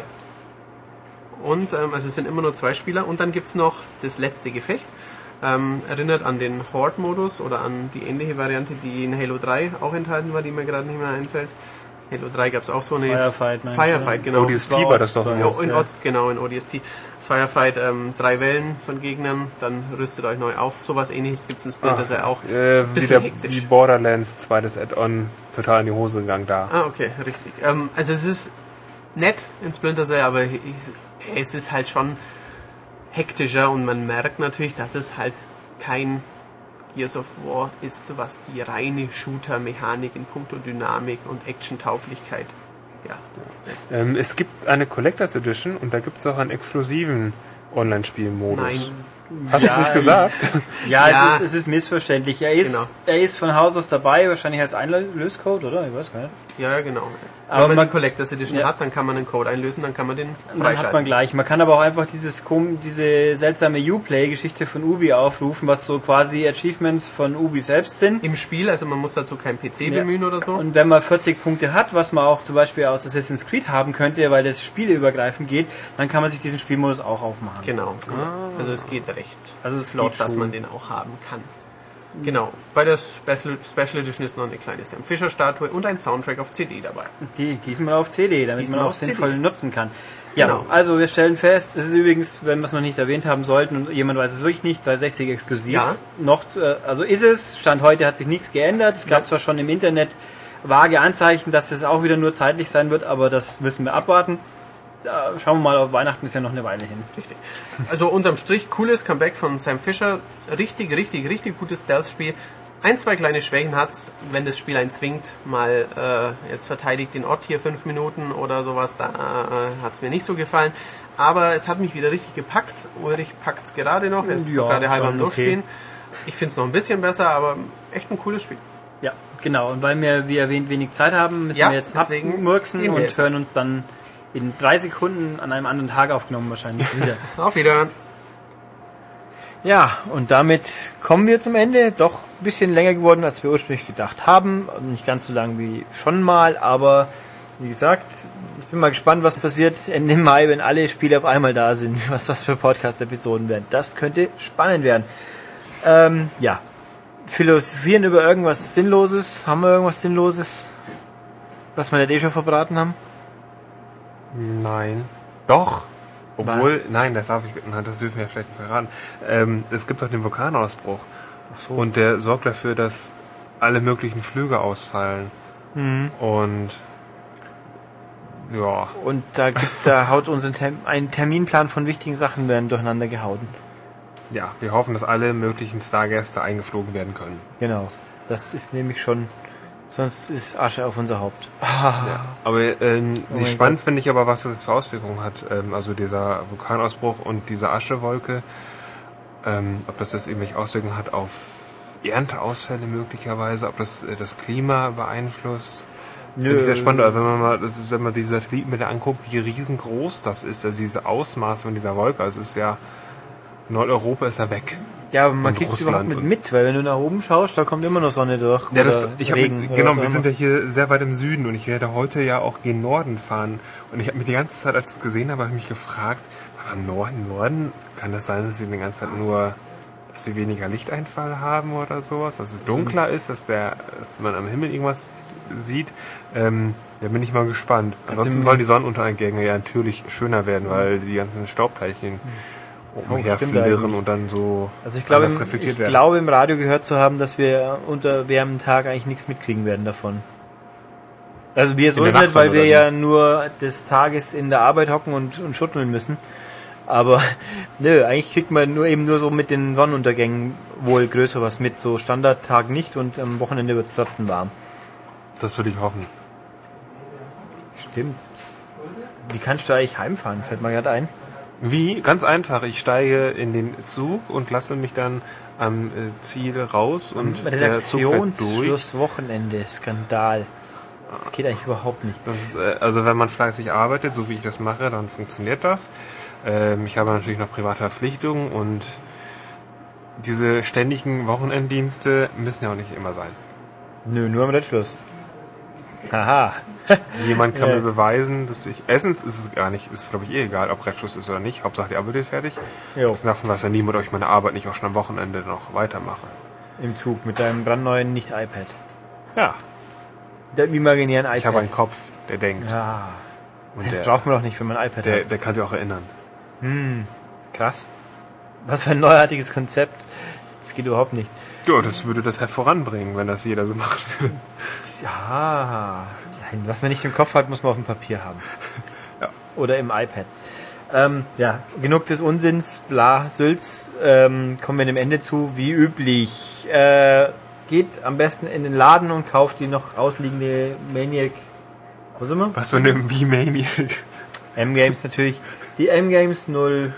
Und also es sind immer nur 2 Spieler. Und dann gibt's noch das letzte Gefecht. Erinnert an den Horde-Modus oder an die ähnliche Variante, die in Halo 3 auch enthalten war, die mir gerade nicht mehr einfällt. Halo 3 gab es auch so eine Firefight, genau. ODST war das doch. In ODST. Firefight, 3 Wellen von Gegnern, dann rüstet euch neu auf. Sowas ähnliches gibt es in Splinter Cell auch. Wie Borderlands, zweites Add-on, total in die Hose gegangen da. Ah, okay, richtig. Also es ist nett in Splinter Cell, aber es ist halt schon hektischer und man merkt natürlich, dass es halt kein Gears of War ist, was die reine Shooter-Mechanik in puncto Dynamik und Action-Tauglichkeit. Es gibt eine Collectors Edition und da gibt es auch einen exklusiven Online-Spielmodus. Nein. Hast du es nicht gesagt? Ja, es ist missverständlich. Er ist von Haus aus dabei, wahrscheinlich als Einlöscode, oder? Ich weiß gar nicht. Ja, genau. Aber wenn man die Collectors Edition hat, dann kann man einen Code einlösen, dann kann man den dann freischalten. hat man gleich. Man kann aber auch einfach diese seltsame Uplay-Geschichte von Ubi aufrufen, was so quasi Achievements von Ubi selbst sind. Im Spiel, also man muss dazu keinen PC bemühen oder so. Und wenn man 40 Punkte hat, was man auch zum Beispiel aus Assassin's Creed haben könnte, weil das spieleübergreifend geht, dann kann man sich diesen Spielmodus auch aufmachen. Genau. Also es geht recht flott, dass man den auch haben kann. Genau. Bei der Special Edition ist noch eine kleine Sam Fisher Statue und ein Soundtrack auf CD dabei. Diesmal auf CD, damit man auch sinnvoll nutzen kann. Ja, Genau. Also wir stellen fest, es ist übrigens, wenn wir es noch nicht erwähnt haben sollten und jemand weiß es wirklich nicht, 360 exklusiv. Ja. Also ist es, Stand heute hat sich nichts geändert. Es gab zwar schon im Internet vage Anzeichen, dass es auch wieder nur zeitlich sein wird, aber das müssen wir abwarten. Schauen wir mal, auf Weihnachten ist ja noch eine Weile hin. Richtig. Also unterm Strich, cooles Comeback von Sam Fisher. Richtig gutes Stealth-Spiel. 1, 2 kleine Schwächen hat's, wenn das Spiel einen zwingt, mal jetzt verteidigt den Ort hier 5 Minuten oder sowas, da hat's mir nicht so gefallen. Aber es hat mich wieder richtig gepackt. Ulrich packt's gerade noch, er ist gerade halb am Durchspielen. Ich find's noch ein bisschen besser, aber echt ein cooles Spiel. Ja, genau. Und weil wir, wie erwähnt, wenig Zeit haben, müssen wir jetzt abmurksen und hören uns dann in 3 Sekunden an einem anderen Tag aufgenommen wahrscheinlich wieder. Auf Wiedersehen. Ja, und damit kommen wir zum Ende. Doch ein bisschen länger geworden, als wir ursprünglich gedacht haben. Nicht ganz so lang wie schon mal, aber wie gesagt, ich bin mal gespannt, was passiert Ende Mai, wenn alle Spiele auf einmal da sind, was das für Podcast-Episoden werden. Das könnte spannend werden. Philosophieren über irgendwas Sinnloses. Haben wir irgendwas Sinnloses, was wir nicht schon verbraten haben? Nein. Doch. Obwohl, nein, das dürfen wir ja vielleicht nicht verraten. Es gibt doch den Vulkanausbruch. Ach so. Und der sorgt dafür, dass alle möglichen Flüge ausfallen. Und ja. Und da haut uns ein Terminplan von wichtigen Sachen werden durcheinander gehauen. Ja, wir hoffen, dass alle möglichen Stargäste eingeflogen werden können. Genau. Das ist nämlich schon... Sonst ist Asche auf unser Haupt. Ja, aber spannend finde ich aber, was das für Auswirkungen hat. Also dieser Vulkanausbruch und diese Aschewolke. Ob das jetzt irgendwelche Auswirkungen hat auf Ernteausfälle möglicherweise, ob das das Klima beeinflusst. Finde ich sehr spannend. Also wenn man die Satellitenbilder anguckt, wie riesengroß das ist, also diese Ausmaße von dieser Wolke. Also es ist ja, Nordeuropa ist ja weg. Ja, aber man kriegt es überhaupt nicht mit, weil wenn du nach oben schaust, da kommt immer noch Sonne durch. Ja, wir sind ja hier sehr weit im Süden und ich werde heute ja auch gen Norden fahren. Und ich habe mich die ganze Zeit, als ich es gesehen habe, mich gefragt, am Norden, kann das sein, dass sie die ganze Zeit dass sie weniger Lichteinfall haben oder sowas, dass es dunkler ist, dass man am Himmel irgendwas sieht. Da bin ich mal gespannt. Ansonsten sollen die Sonnenuntergänge ja natürlich schöner werden, weil die ganzen Staubteilchen herflirren und dann so reflektiert werden. Ich glaube, im Radio gehört zu haben, dass wir unter wärmenden Tag eigentlich nichts mitkriegen werden davon. Also wir so nicht, weil wir ja nur des Tages in der Arbeit hocken und schütteln müssen. Aber eigentlich kriegt man nur so mit den Sonnenuntergängen wohl größer was mit. So Standardtag nicht und am Wochenende wird es trotzdem warm. Das würde ich hoffen. Stimmt. Wie kannst du eigentlich heimfahren? Fällt mir gerade ein. Wie? Ganz einfach. Ich steige in den Zug und lasse mich dann am Ziel raus und der Zug fährt durch. Redaktionsschluss Wochenende. Skandal. Das geht eigentlich überhaupt nicht. Das ist, also wenn man fleißig arbeitet, so wie ich das mache, dann funktioniert das. Ich habe natürlich noch private Verpflichtungen und diese ständigen Wochenenddienste müssen ja auch nicht immer sein. Nö, nur am Redschluss. Haha. Jemand kann mir beweisen, dass ich... Erstens ist es gar nicht, ist glaube ich egal, ob Redschluss ist oder nicht. Hauptsache die Arbeit ist fertig. Jo. Das davon weiß ja niemand, ob ich meine Arbeit nicht auch schon am Wochenende noch weitermache. Im Zug mit deinem brandneuen Nicht-iPad. Ja, Dem imaginären iPad. ich habe einen Kopf, der denkt. Ja. Und Das der, braucht man doch nicht, wenn man ein iPad hat. der kann sich auch erinnern. Krass. Was für ein neuartiges Konzept. Das geht überhaupt nicht. Ja, das würde das Heft voranbringen, wenn das jeder so macht. Ja. Nein, was man nicht im Kopf hat, muss man auf dem Papier haben. Ja. Oder im iPad. Ja, genug des Unsinns, bla, Sülz. Kommen wir dem Ende zu, wie üblich. Geht am besten in den Laden und kauft die noch ausliegende Maniac. Wo sind wir? Was für eine B-Maniac. M-Games natürlich. Die M-Games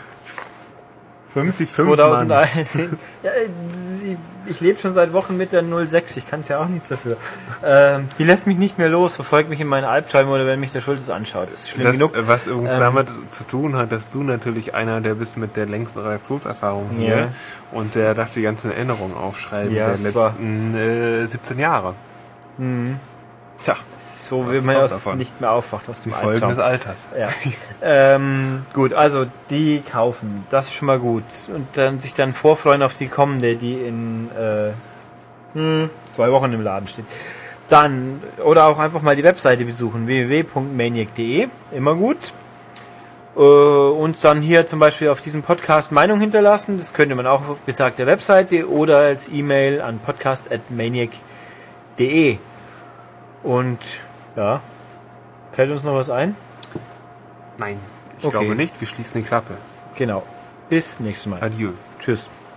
05 die 5, 2001. Ja, ich lebe schon seit Wochen mit der 06. Ich kann es ja auch nichts dafür. Die lässt mich nicht mehr los, verfolgt mich in meinen Albträumen oder wenn mich der Schultes anschaut. Das ist schlimm genug. Was übrigens damit zu tun hat, dass du natürlich einer der bist mit der längsten Redaktionserfahrung hier Ja. und der darf die ganzen Erinnerungen aufschreiben Ja, der super. letzten 17 Jahre. Tja, So Was will man kommt aus davon? nicht mehr aufwacht aus die dem Folgen Albtraum. des Alters. Ja. Gut, also die kaufen, das ist schon mal gut. Und dann sich dann vorfreuen auf die kommende, die in 2 Wochen im Laden steht. Dann, oder auch einfach mal die Webseite besuchen, www.maniac.de, immer gut. Und dann hier zum Beispiel auf diesem Podcast Meinung hinterlassen, das könnte man auch auf besagter Webseite oder als E-Mail an podcast@maniac.de. Und ja, fällt uns noch was ein? Nein, ich Okay. glaube nicht. Wir schließen die Klappe. Genau. Bis nächstes Mal. Adieu. Tschüss.